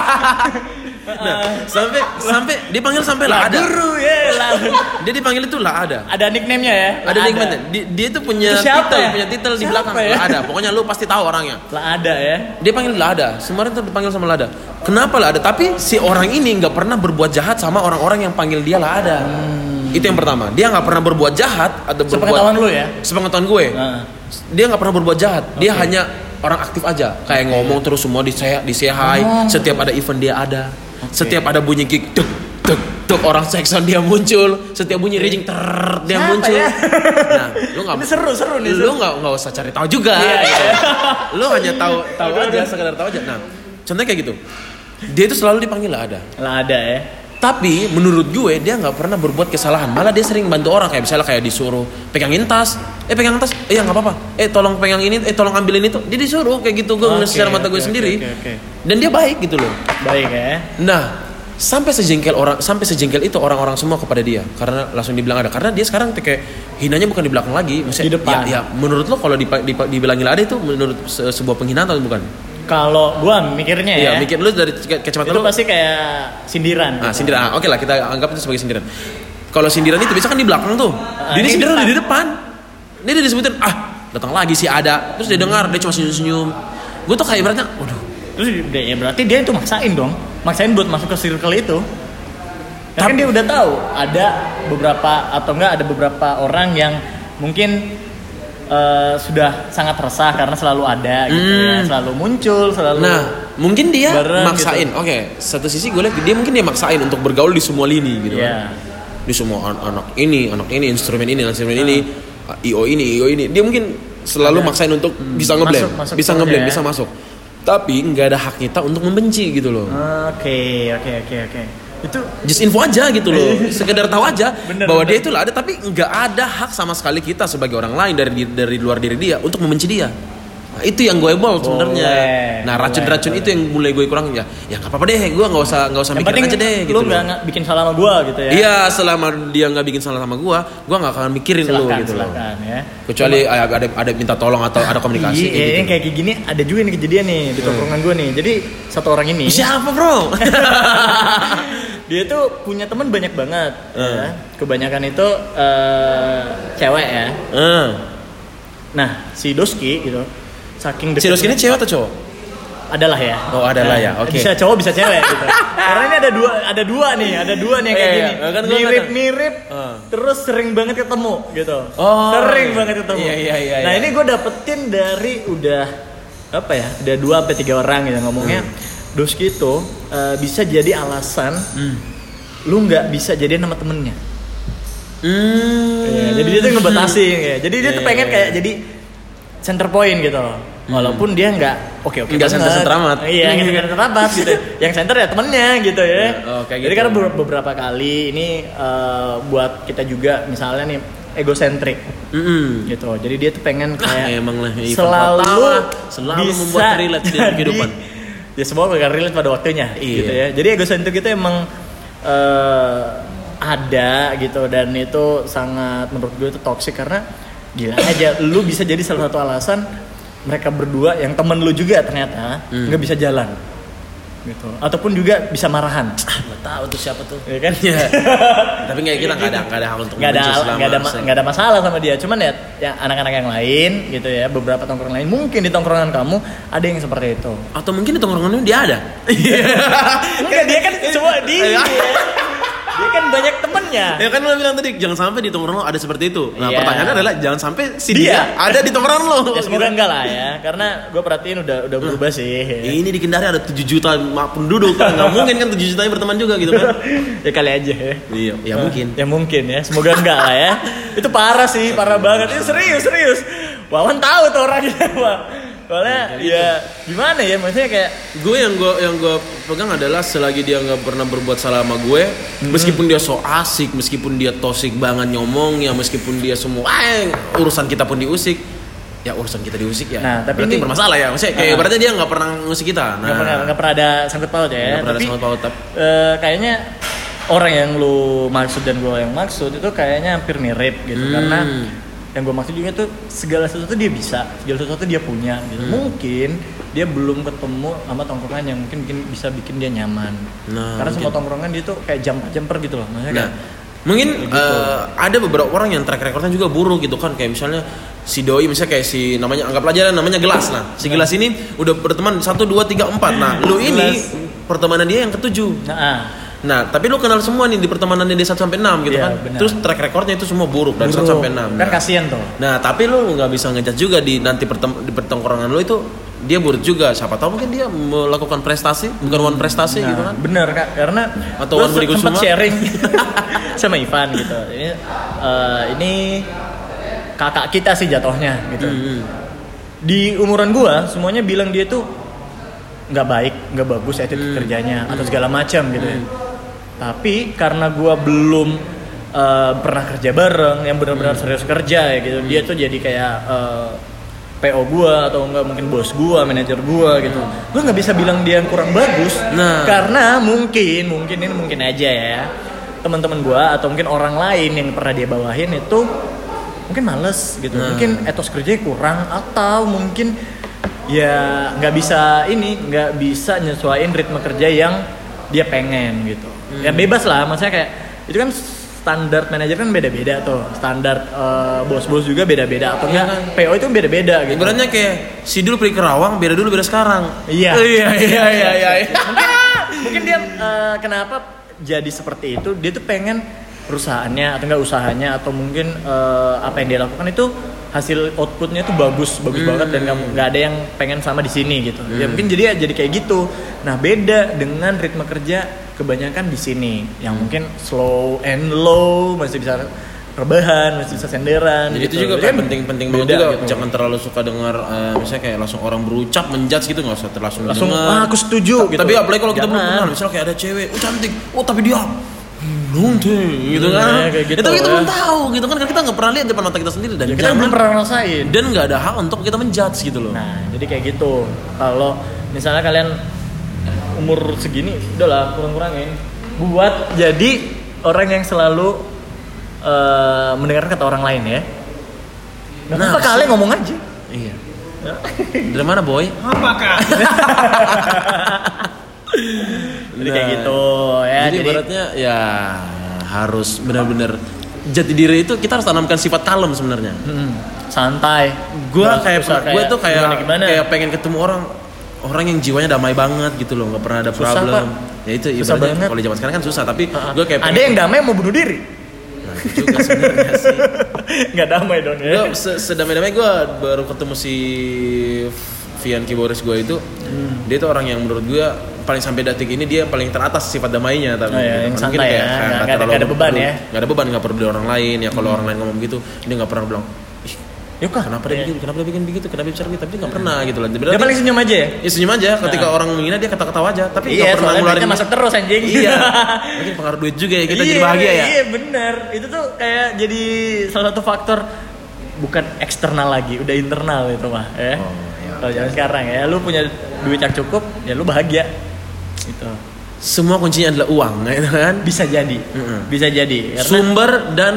Nah, sampai sampai dipanggil sampai lah ada. Guru ya lah. Dia dipanggil itu lah ada. Ada nickname-nya ya? Ada nickname. Dia, dia tuh punya Itu siapa titel, ya? punya titel di Siapa belakang. ya? Lah ada. Pokoknya lu pasti tahu orangnya. Lah ada ya. Dia panggil Lada. Kemarin tuh dipanggil sama Lada. Kenapa Lada? Tapi si orang ini nggak pernah berbuat jahat sama orang-orang yang panggil dia Lada. Hmm. Hmm. Itu yang pertama. Dia nggak pernah berbuat jahat atau berbuat. Sepengetahuan lu ya? Sepengetahuan gue. Uh. Dia nggak pernah berbuat jahat. Okay. Dia hanya orang aktif aja. Kayak okay. ngomong terus semua di say, di say hi. Oh. Setiap ada event dia ada. Okay. Setiap ada bunyi kick, tuk tuk tuk orang section dia muncul. Setiap bunyi okay. rigging ter dia Siapa muncul. Ya? Nah, lu nggak seru seru nih. Lu nggak nggak usah cari tahu juga. Yeah, gitu. Yeah. Lu hanya tahu tahu aja, sekedar tahu aja. Nah, contohnya kayak gitu. Dia itu selalu dipanggil lah ada. Lah ada ya. Tapi menurut gue dia nggak pernah berbuat kesalahan, malah dia sering bantu orang kayak misalnya kayak disuruh pegangin tas, eh pegang tas, eh ya nggak apa-apa, eh tolong pegang ini, eh tolong ambilin itu, dia disuruh kayak gitu gue okay, ngeliat secara mata okay, gue okay, sendiri, okay, okay. Dan dia baik gitu loh. Baik ya. Nah sampai sejengkel orang, sampai sejengkel itu orang-orang semua kepada dia karena langsung dibilang ada, karena dia sekarang kayak hinanya bukan di belakang lagi, maksudnya di depan. Ya, ya menurut lo kalau dibilangin ada itu menurut se- sebuah penghinaan atau bukan? Kalau gua mikirnya ya, iya, mikir lu dari kacamata lu lu pasti kayak sindiran. Ah, gitu. Sindiran. Ah, oke lah, kita anggap itu sebagai sindiran. Kalau sindiran itu biasa kan di belakang tuh. Uh, dia sindiran udah di depan. Dia udah disebutin, ah, datang lagi sih ada. Terus dia dengar, dia cuma senyum-senyum. Gua tuh kayak ibaratnya, waduh. Terus ya berarti dia itu maksain dong. Maksain buat masuk ke circle itu. Ya kan dia udah tahu ada beberapa atau enggak ada beberapa orang yang mungkin Uh, sudah sangat resah karena selalu ada gitu hmm. ya, selalu muncul, selalu. Nah, mungkin dia maksain. Gitu. Oke, okay. Satu sisi gue lihat dia mungkin dia maksain untuk bergaul di semua lini gitu yeah. kan. Di semua anak ini, anak ini, instrumen ini, instrumen uh. ini, I O ini, I O ini. Dia mungkin selalu ada. Maksain untuk hmm. bisa ngeblend, masuk, bisa ngeblend, ya. Bisa masuk. Tapi nggak ada hak kita untuk membenci gitu loh. Oke, oke, oke, oke. Itu just info aja gitu loh, sekedar tahu aja bener, bahwa bener. Dia itu lah ada, tapi nggak ada hak sama sekali kita sebagai orang lain dari dari luar diri dia untuk membenci dia. Nah, itu yang gue ebol sebenarnya. Nah racun-racun itu yang mulai gue kurang ya. Ya nggak apa-apa deh, gue nggak usah nggak usah mikirin aja deh. Lu nggak gitu bikin salah sama gue gitu ya? Iya, selama dia nggak bikin salah sama gue, gue nggak akan mikirin lu gitu loh. Ya. Kecuali Cuma, ada ada minta tolong atau ada komunikasi. Iya, gitu. Kayak gini ada juga nih kejadian nih di tongkrongan gue nih. Jadi satu orang ini. Siapa bro? Dia tuh punya teman banyak banget, uh. ya. Kebanyakan itu uh, cewek ya. Uh. Nah, si Doski gitu, saking dekatnya. Si Doski ini cewek atau cowok? Adalah ya. Oh, adalah nah, ya. Oke. Okay. Bisa cowok, bisa cewek gitu. Karena ini ada dua, ada dua nih, ada dua nih kayak gini. Iya, kan mirip-mirip, uh. terus sering banget ketemu gitu. Oh. Sering banget ketemu. Iya, iya, iya. Nah, iya. ini gue dapetin dari udah apa ya? Udah dua sampai tiga orang gitu ngomongnya. Hmm. Doski itu uh, bisa jadi alasan hmm. lu nggak bisa jadian sama temennya. Hmm. Ya, jadi dia tuh ngebatasin ya. Jadi dia yeah. tuh pengen kayak jadi center point gitu. Hmm. Walaupun dia nggak oke oke. Nggak center center amat. Iya nggak center amat gitu. Yang center ya temennya gitu ya. Yeah. Oh, kayak jadi gitu. Karena beberapa kali ini uh, buat kita juga misalnya nih egosentrik mm-hmm. gitu. Jadi dia tuh pengen kayak ah, emang lah, selalu selalu membuat relate di kehidupan. Ya semua bakal relate pada waktunya iya. gitu ya. Jadi egosentrik itu emang uh, ada gitu dan itu sangat menurut gue itu toxic karena gila aja lu bisa jadi salah satu alasan mereka berdua yang temen lu juga ternyata nggak hmm. bisa jalan gitu ataupun juga bisa marahan. Ah, nggak tahu tuh siapa tuh ya kan ya. Tapi kayak kita nggak ada nggak ada hak untuk nggak ada nggak ada nggak ada masalah sama dia, cuman ya, ya anak-anak yang lain gitu ya, beberapa tongkrongan lain mungkin di tongkrongan kamu ada yang seperti itu atau mungkin di tongkrongannya dia ada. Enggak, dia kan semua dia dia kan banyak temennya. Ya kan lo bilang tadi jangan sampai di tongkrongan lo ada seperti itu. Nah yeah. pertanyaannya adalah jangan sampai si dia, dia ada di tongkrongan lo. Ya semoga enggak lah ya, karena gue perhatiin udah udah berubah nah, sih. Ya. Ini di Kendari ada tujuh juta penduduk kan, nggak mungkin kan tujuh jutanya berteman juga gitu kan? Ya kali aja ya. Iya, ya mungkin. Ya mungkin ya, semoga enggak lah ya. Itu parah sih, parah banget. Itu serius serius. Wawan tahu tuh orangnya Pak. Soalnya ya gimana ya, maksudnya kayak gue yang gue yang gue pegang adalah selagi dia nggak pernah berbuat salah sama gue, hmm. meskipun dia so asik, meskipun dia toksik banget nyomongnya, meskipun dia semua eh, urusan kita pun diusik, ya urusan kita diusik ya. Nah, tapi berarti ini bermasalah ya, maksudnya kayak uh, berarti dia nggak pernah ngusik kita. Nah, nggak pernah nggak pernah ada sangkut paut ya. Nggak pernah ada sangkut paut. Uh, kayaknya orang yang lu maksud dan gue yang maksud itu kayaknya hampir mirip gitu hmm. karena yang gue maksud juga tuh segala sesuatu dia bisa, segala sesuatu dia punya gitu. Hmm. Mungkin dia belum ketemu sama tongkrongan yang mungkin bikin, bisa bikin dia nyaman. Nah, karena mungkin. Semua tongkrongan dia tuh kayak jumper-jumper gitu loh. Maksudnya nah, kayak, mungkin gitu. uh, ada beberapa orang yang track recordnya juga buruk gitu kan, kayak misalnya si Doi, misalnya kayak si namanya anggap aja namanya Gelas. Nah, si Gelas ini udah berteman satu dua tiga empat. Nah, lu ini pertemanan dia yang ketujuh. Nah, Nah, tapi lu kenal semua nih di pertemanannya di satu sampai enam gitu Iya, kan. benar. Terus track recordnya itu semua buruk dari Buruk. satu sampai enam. Kan kasihan tuh. Nah, tapi lu nggak bisa ngejudge juga di nanti pertem- di pertongkrongan lu itu dia buruk juga. Siapa tahu mungkin dia melakukan prestasi, bukan one prestasi Nah, gitu kan. bener Kak, karena Atau gue Wan Budi sempat Kusuma. sharing sama Ivan gitu. Ini eh, ini kakak kita sih jatuhnya gitu. Hmm. Di umuran gua semuanya bilang dia tuh nggak baik, nggak bagus attitude Hmm. kerjanya Hmm. atau segala macam gitu ya. Hmm. Tapi karena gua belum eh, pernah kerja bareng yang benar-benar Hmm. serius kerja ya gitu, dia tuh jadi kayak eh, P O gua atau enggak mungkin bos gua, manajer gua gitu. Gua nggak bisa bilang dia yang kurang bagus Nah. karena mungkin mungkin ini mungkin aja ya teman-teman gua atau mungkin orang lain yang pernah dia bawahin itu mungkin males gitu, Nah. mungkin etos kerjanya kurang atau mungkin ya nggak bisa ini nggak bisa nyesuaiin ritme kerja yang dia pengen gitu. Hmm. Ya bebas lah, maksudnya kayak itu kan standar manajer kan beda-beda tuh, standar eh, bos-bos juga beda-beda atau enggak Iya. P O itu beda-beda gitu. Ibaratnya kayak si dulu pergi ke Rawang, beda dulu beda sekarang. Iya. Iya iya iya iya. iya. mungkin mungkin dia eh, kenapa jadi seperti itu, dia tuh pengen perusahaannya atau enggak usahanya atau mungkin eh, apa yang dia lakukan itu hasil outputnya tuh bagus bagus Hmm. banget dan nggak nggak ada yang pengen sama di sini gitu. Ya mungkin jadi jadi kayak gitu. Nah beda dengan ritme kerja kebanyakan di sini yang mungkin slow and low, masih bisa rebahan, masih bisa senderan. Jadi gitu. itu juga Jadi kan kan penting-penting beda banget juga. gitu. Jangan terlalu suka dengar eh, misalnya kayak langsung orang berucap menjudge gitu, nggak usah terlalu langsung dengar. ah, aku setuju gitu. Tapi apalagi kalau kita belum Jangan. kenal, misalnya kayak ada cewek, oh cantik, oh tapi dia nunte gitu Hmm, kan. ya, kayak gitu, Itu kita ya. belum tahu gitu kan, kita nggak pernah lihat depan mata kita sendiri dan Ya, kita jangan- belum pernah ngerasain. dan nggak ada hak untuk kita menjudge gitu loh. Nah, jadi kayak gitu. Kalau misalnya kalian umur segini, udahlah kurang-kurangin. Buat jadi orang yang selalu eh, mendengarkan kata orang lain ya. Nah, Nah, apa kalian ngomong aja. Iya. Dari mana boy? Apa kak? jadi kayak Nah, gitu ya. Jadi, Jadi, ibaratnya ya harus benar-benar jati diri itu kita harus tanamkan sifat kalem sebenarnya. hmm, santai. Gue Nggak kayak, usah gue tuh kayak gimana, gimana. kayak pengen ketemu orang orang yang jiwanya damai banget gitu loh, nggak pernah ada Susah, problem. Pak. Ya itu Susah ibaratnya banget. kalau di zaman sekarang kan susah, tapi Uh-uh. gue kayak ada pengen- yang damai mau bunuh diri. Nah, itu juga sebenarnya sih. Nggak damai dong ya. Gue se- sedamai-damai gue baru ketemu si Vian Kiboris gue itu, Hmm. dia tuh orang yang menurut gue paling sampai detik ini dia paling teratas sifat damainya, tapi Oh, iya, yang Mungkin santai ya, nggak- nggak ada- terlalu nggak ada beban peduli- ya. nggak ada beban, nggak peduli orang lain ya. Kalau orang lain ngomong gitu dia nggak pernah bilang ih Yuk kah? kenapa dia Iya. bikin kenapa dia bikin begitu, kenapa dia bicara gitu, tapi dia nggak pernah gitu lah. Dia paling senyum aja ya. ya senyum aja ketika Nah. orang menghina dia kata-katawa aja, tapi nggak Iya, pernah soalnya ngeluarin duitnya masuk terus anjing. Iya, mungkin pengaruh duit juga ya, kita jadi Iya, bahagia ya. Iya benar. Itu tuh kayak jadi salah satu faktor bukan eksternal lagi, udah internal itu mah ya. Oh, iya. Kalau zaman sekarang ya, lu punya duit yang cukup, ya lu bahagia. Itu Semua kuncinya adalah uang, gitu kan? bisa jadi, Mm-mm. bisa jadi. Karena, Sumber dan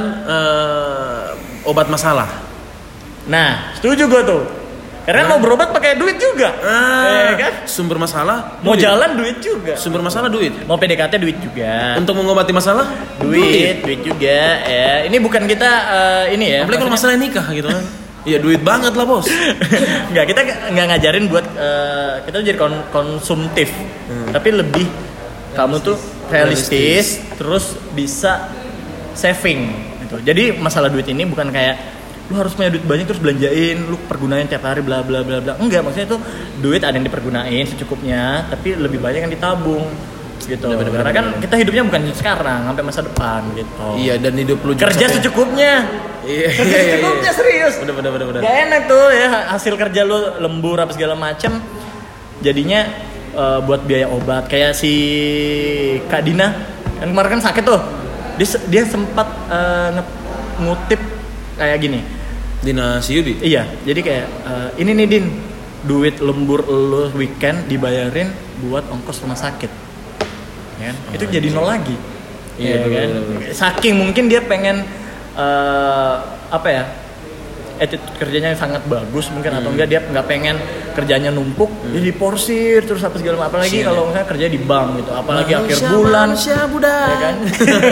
eh, obat masalah. nah, setuju gue tuh. Karena mau berobat pakai duit juga, Ah, ya kan? Sumber masalah, Mau duit. jalan duit juga, Sumber masalah duit. mau P D K T duit juga. Untuk mengobati masalah, duit, duit juga ya. Ini bukan kita eh, ini ya. Apalagi kalau maksudnya- masalah nikah gitu kan. Iya duit banget lah bos. Nggak, kita nggak ngajarin buat eh, kita tuh jadi kon- konsumtif, Hmm. tapi lebih kamu tuh realistis, terus bisa saving gitu. Jadi masalah duit ini bukan kayak lu harus punya duit banyak terus belanjain, lu pergunain tiap hari bla bla bla bla. Enggak, maksudnya tuh duit ada yang dipergunain secukupnya, tapi lebih banyak yang ditabung gitu. Bener, bener, Karena bener, kan bener. kita hidupnya bukan sekarang, sampai masa depan gitu. Iya dan hidup lu juga Kerja sampai- secukupnya. Iya Kerja iya iya. secukupnya iya. serius. Bener bener bener bener. Gak enak tuh ya hasil kerja lu lembur apa segala macem. Jadinya eh, buat biaya obat kayak si Kak Dina kan kemarin kan sakit tuh. Dia se- dia sempat eh, nge- ngutip kayak gini. Dina Siyudi. Iya, jadi kayak eh, ini nih Din, duit lembur lu weekend dibayarin buat ongkos rumah sakit. Ya kan? Itu jadi nol lagi. Iya, Iya bener, kan? bener, bener. Saking mungkin dia pengen eh, apa ya? Attitude kerjanya sangat bagus mungkin atau Hmm. enggak dia nggak pengen kerjanya numpuk jadi porsir terus apa segala macam apalagi Sian, kalau ya. misalnya kerja di bank gitu apalagi akhir Manusia, bulan manusia budak. ya kan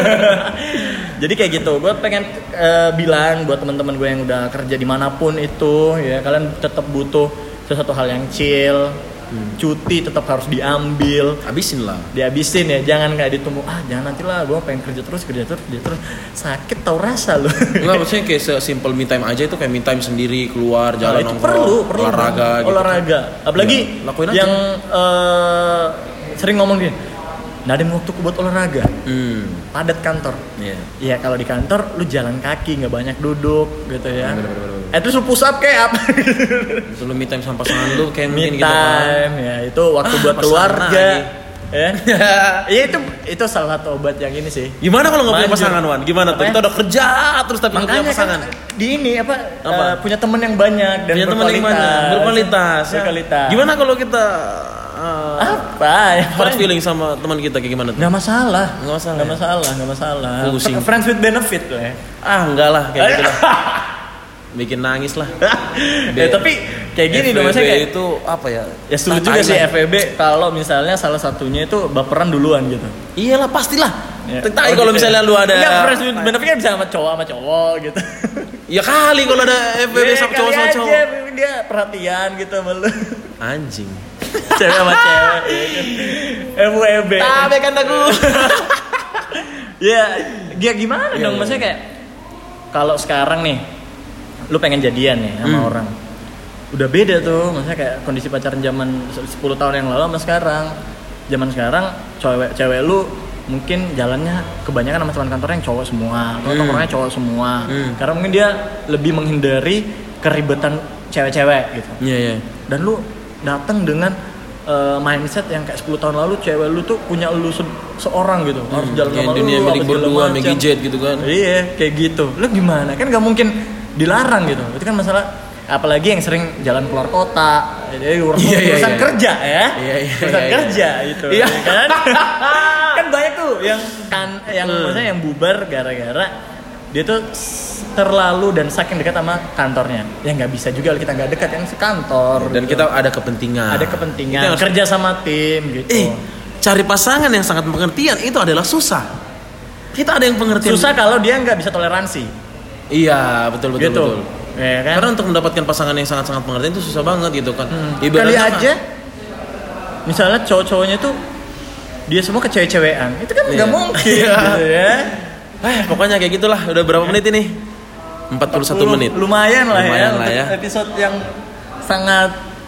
jadi kayak gitu gue pengen eh, bilang buat teman-teman gue yang udah kerja dimanapun itu ya kalian tetap butuh sesuatu hal yang chill hmm. cuti tetap harus diambil, habisin lah, dihabisin ya, jangan kayak ditunggu ah jangan nanti lah gue pengen kerja terus kerja terus kerja terus sakit tau rasa loh. Enggak, maksudnya kayak sesimpel me time aja itu kayak me time sendiri, keluar jalan nah, nongkrong, perlu, perlu olahraga gitu. Olahraga. Apalagi ya, lakuin aja. Yang uh, sering ngomong gini, nggak ada waktu buat olahraga, hmm. padat kantor. Iya. Yeah. Ya kalau di kantor lu jalan kaki, nggak banyak duduk gitu ya. Eh terus lu push up kayak apa? Itu lu me time sama pasangan lu kayak me mungkin time, gitu kan. Ya itu waktu ah, buat keluarga. Ya. Iya itu itu salah satu obat yang ini sih. Gimana kalau nggak punya pasangan, Wan? Gimana tuh? Kita udah kerja terus tapi nggak punya pasangan. Kan, di ini apa? apa? Uh, punya teman yang banyak dan punya berkualitas. Teman yang banyak, berkualitas. Ya. Berkualitas. Gimana kalau kita uh, apa? Ya, hard feeling sama teman kita kayak gimana tuh? Nggak masalah. Nggak masalah. Nggak masalah. Nggak masalah. Pusing. Friends with benefit lah ya. Ah enggak lah kayak gitu lah. Bikin nangis lah. Ya, tapi kayak gini dong maksudnya kayak itu apa ya? Ya setuju juga sih F W B kalau misalnya salah satunya itu baperan duluan gitu. Iyalah pastilah. Ya. Tapi kalau misalnya lu ada enggak friends with benefit kan bisa sama cowok sama cowok gitu. Ya kali kalau ada F W B ya, sama cowok sama cowok. Dia perhatian gitu sama lu. Anjing. Cewek sama cewek. F W B. Tapi kan aku. Ya, dia gimana ya, dong? Ya, maksudnya kayak kalau sekarang nih lu pengen jadian nih sama hmm. orang. Udah beda tuh, maksudnya kayak kondisi pacaran zaman sepuluh tahun yang lalu sama sekarang. Zaman sekarang cewek-cewek lu mungkin jalannya kebanyakan sama teman kantornya yang cowok semua, atau hmm. orangnya cowok semua. Hmm. Karena mungkin dia lebih menghindari keribetan cewek-cewek gitu. Iya, yeah, iya. Yeah. Dan lu datang dengan uh, mindset yang kayak sepuluh tahun lalu cewek lu tuh punya lu se- seorang gitu. Hmm. Harus jalan yeah, sama dunia lu, milik berdua, Maggie Jet gitu kan. Iya, kayak gitu. Lu gimana? Kan enggak mungkin dilarang gitu. Itu kan masalah apalagi yang sering jalan keluar kota. Jadi urusan, iya, iya, urusan iya. kerja ya. Iya, iya, urusan iya, kerja iya. itu. Iya. Kan? Kan banyak tuh yang kan yang hmm. maksudnya yang bubar gara-gara dia tuh terlalu dan saking dekat sama kantornya. Ya nggak bisa juga kita nggak dekat yang sekantor. Dan gitu. Kita ada kepentingan. Ada kepentingan. Kerja sama tim gitu. Eh, cari pasangan yang sangat pengertian itu adalah susah. Kita ada yang pengertian. Susah kalau dia nggak bisa toleransi. Iya, betul betul gitu. betul. Ya, kan? Karena untuk mendapatkan pasangan yang sangat-sangat pengertian itu susah banget gitu kan. Hmm. Kali aja misalnya cowok-cowoknya tuh dia semua kecewek-cewekan. Itu kan enggak yeah. mungkin gitu ya. Eh, pokoknya kayak gitulah. Udah berapa menit ini? empat puluh satu menit. Lumayan lah lumayan ya. Lah ya. Episode yang sangat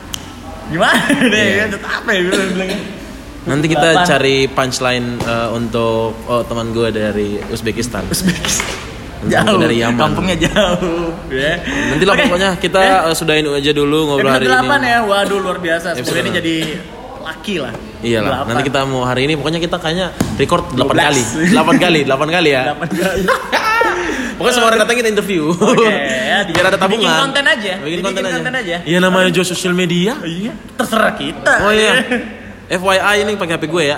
gimana deh, yeah. apa ya bilang. Nanti kita delapan. Cari punchline uh, untuk oh, teman gue dari Uzbekistan. Uzbekistan. Jauh dari Yaman. Kampungnya jauh ya. Nanti lah okay. Pokoknya kita eh? uh, sudahin aja dulu ngobrol hari ini. delapan ya. Waduh luar biasa. Semoga ini jadi laki lah. Iyalah. Nanti kita mau hari ini pokoknya kita kayaknya record delapan kali. delapan kali, delapan kali ya. delapan kali. Pokoknya semua orang datang kita interview. Oke, okay, ya, biar ada tabungan. Bikin konten aja. Bikin, bikin konten, konten aja. aja. Iya namanya juga sosial media. Iya. Terserah kita. Oh iya. F Y I ini pakai H P gue ya.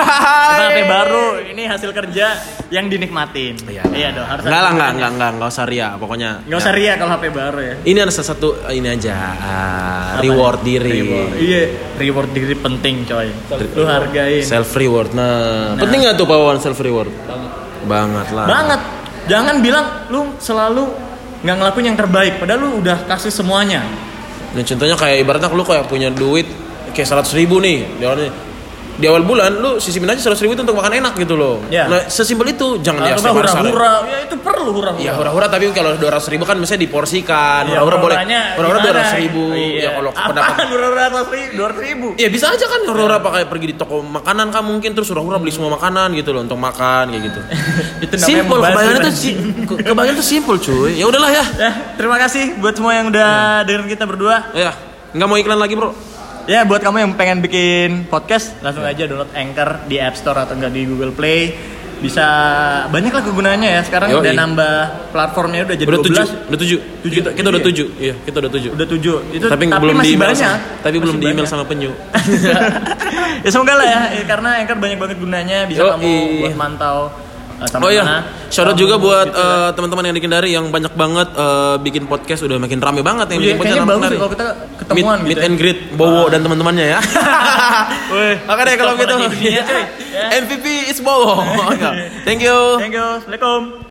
H P baru, ini hasil kerja yang dinikmatin. Iya, iya dong. Harus enggak lah, enggak, enggak, enggak, enggak usah ria, pokoknya. Enggak usah ria kalau H P baru ya. Ini ada salah satu ini aja, uh, reward diri. Reward. Iya, reward diri penting, coy. Lu hargain. Self reward. Nah, nah. Penting enggak tuh Pawan self reward? Banget. Banget lah. Banget. Jangan bilang lu selalu enggak ngelakuin yang terbaik, padahal lu udah kasih semuanya. Nah, contohnya kayak ibaratnya lu kayak punya duit kayak seratus ribu nih di awal, di awal bulan lu sisipin aja seratus ribu itu untuk makan enak gitu loh ya. Nah sesimpel itu jangan nah, ya hura-hura ya itu perlu hura-hura ya hura-hura tapi kalau dua ratus ribu kan misalnya diporsikan ya, hura-hura boleh hura-hura dua ratus ribu iya. Ya kalau pendapat hura-hura dua ratus ribu ya bisa aja kan hura-hura pakai pergi di toko makanan kan mungkin terus hura-hura beli semua makanan gitu loh untuk makan kayak gitu. Itu simple kebayangan itu kebayangan itu simple cuy ya udahlah ya. Ya terima kasih buat semua yang udah dengerin kita berdua ya nggak mau iklan lagi bro. Ya buat kamu yang pengen bikin podcast langsung aja download Anchor di App Store atau enggak di Google Play. Bisa banyak lah kegunaannya ya. Sekarang Yoi. Udah nambah platformnya udah jadi udah dua belas. Udah tujuh. Kita, kita udah tujuh. Iya, kita udah tujuh. Udah tujuh. Itu tapi, tapi belum masih di banyak. Sama, tapi masih belum di email banyak. sama penyu. Ya semoga lah ya, karena Anchor banyak banget gunanya. Bisa Yo, kamu iya. buat mantau. Oh iya, shout out juga buat gitu uh, teman-teman yang di Kendari yang banyak banget uh, bikin podcast udah makin rame banget yang bikin podcast. Kayaknya bagus kalau kita ketemuan meet, gitu. Meet and greet Bowo uh. dan teman-temannya ya. Oke deh kalau gitu. Dunia, M V P is Bowo. Thank you. Thank you. Assalamualaikum.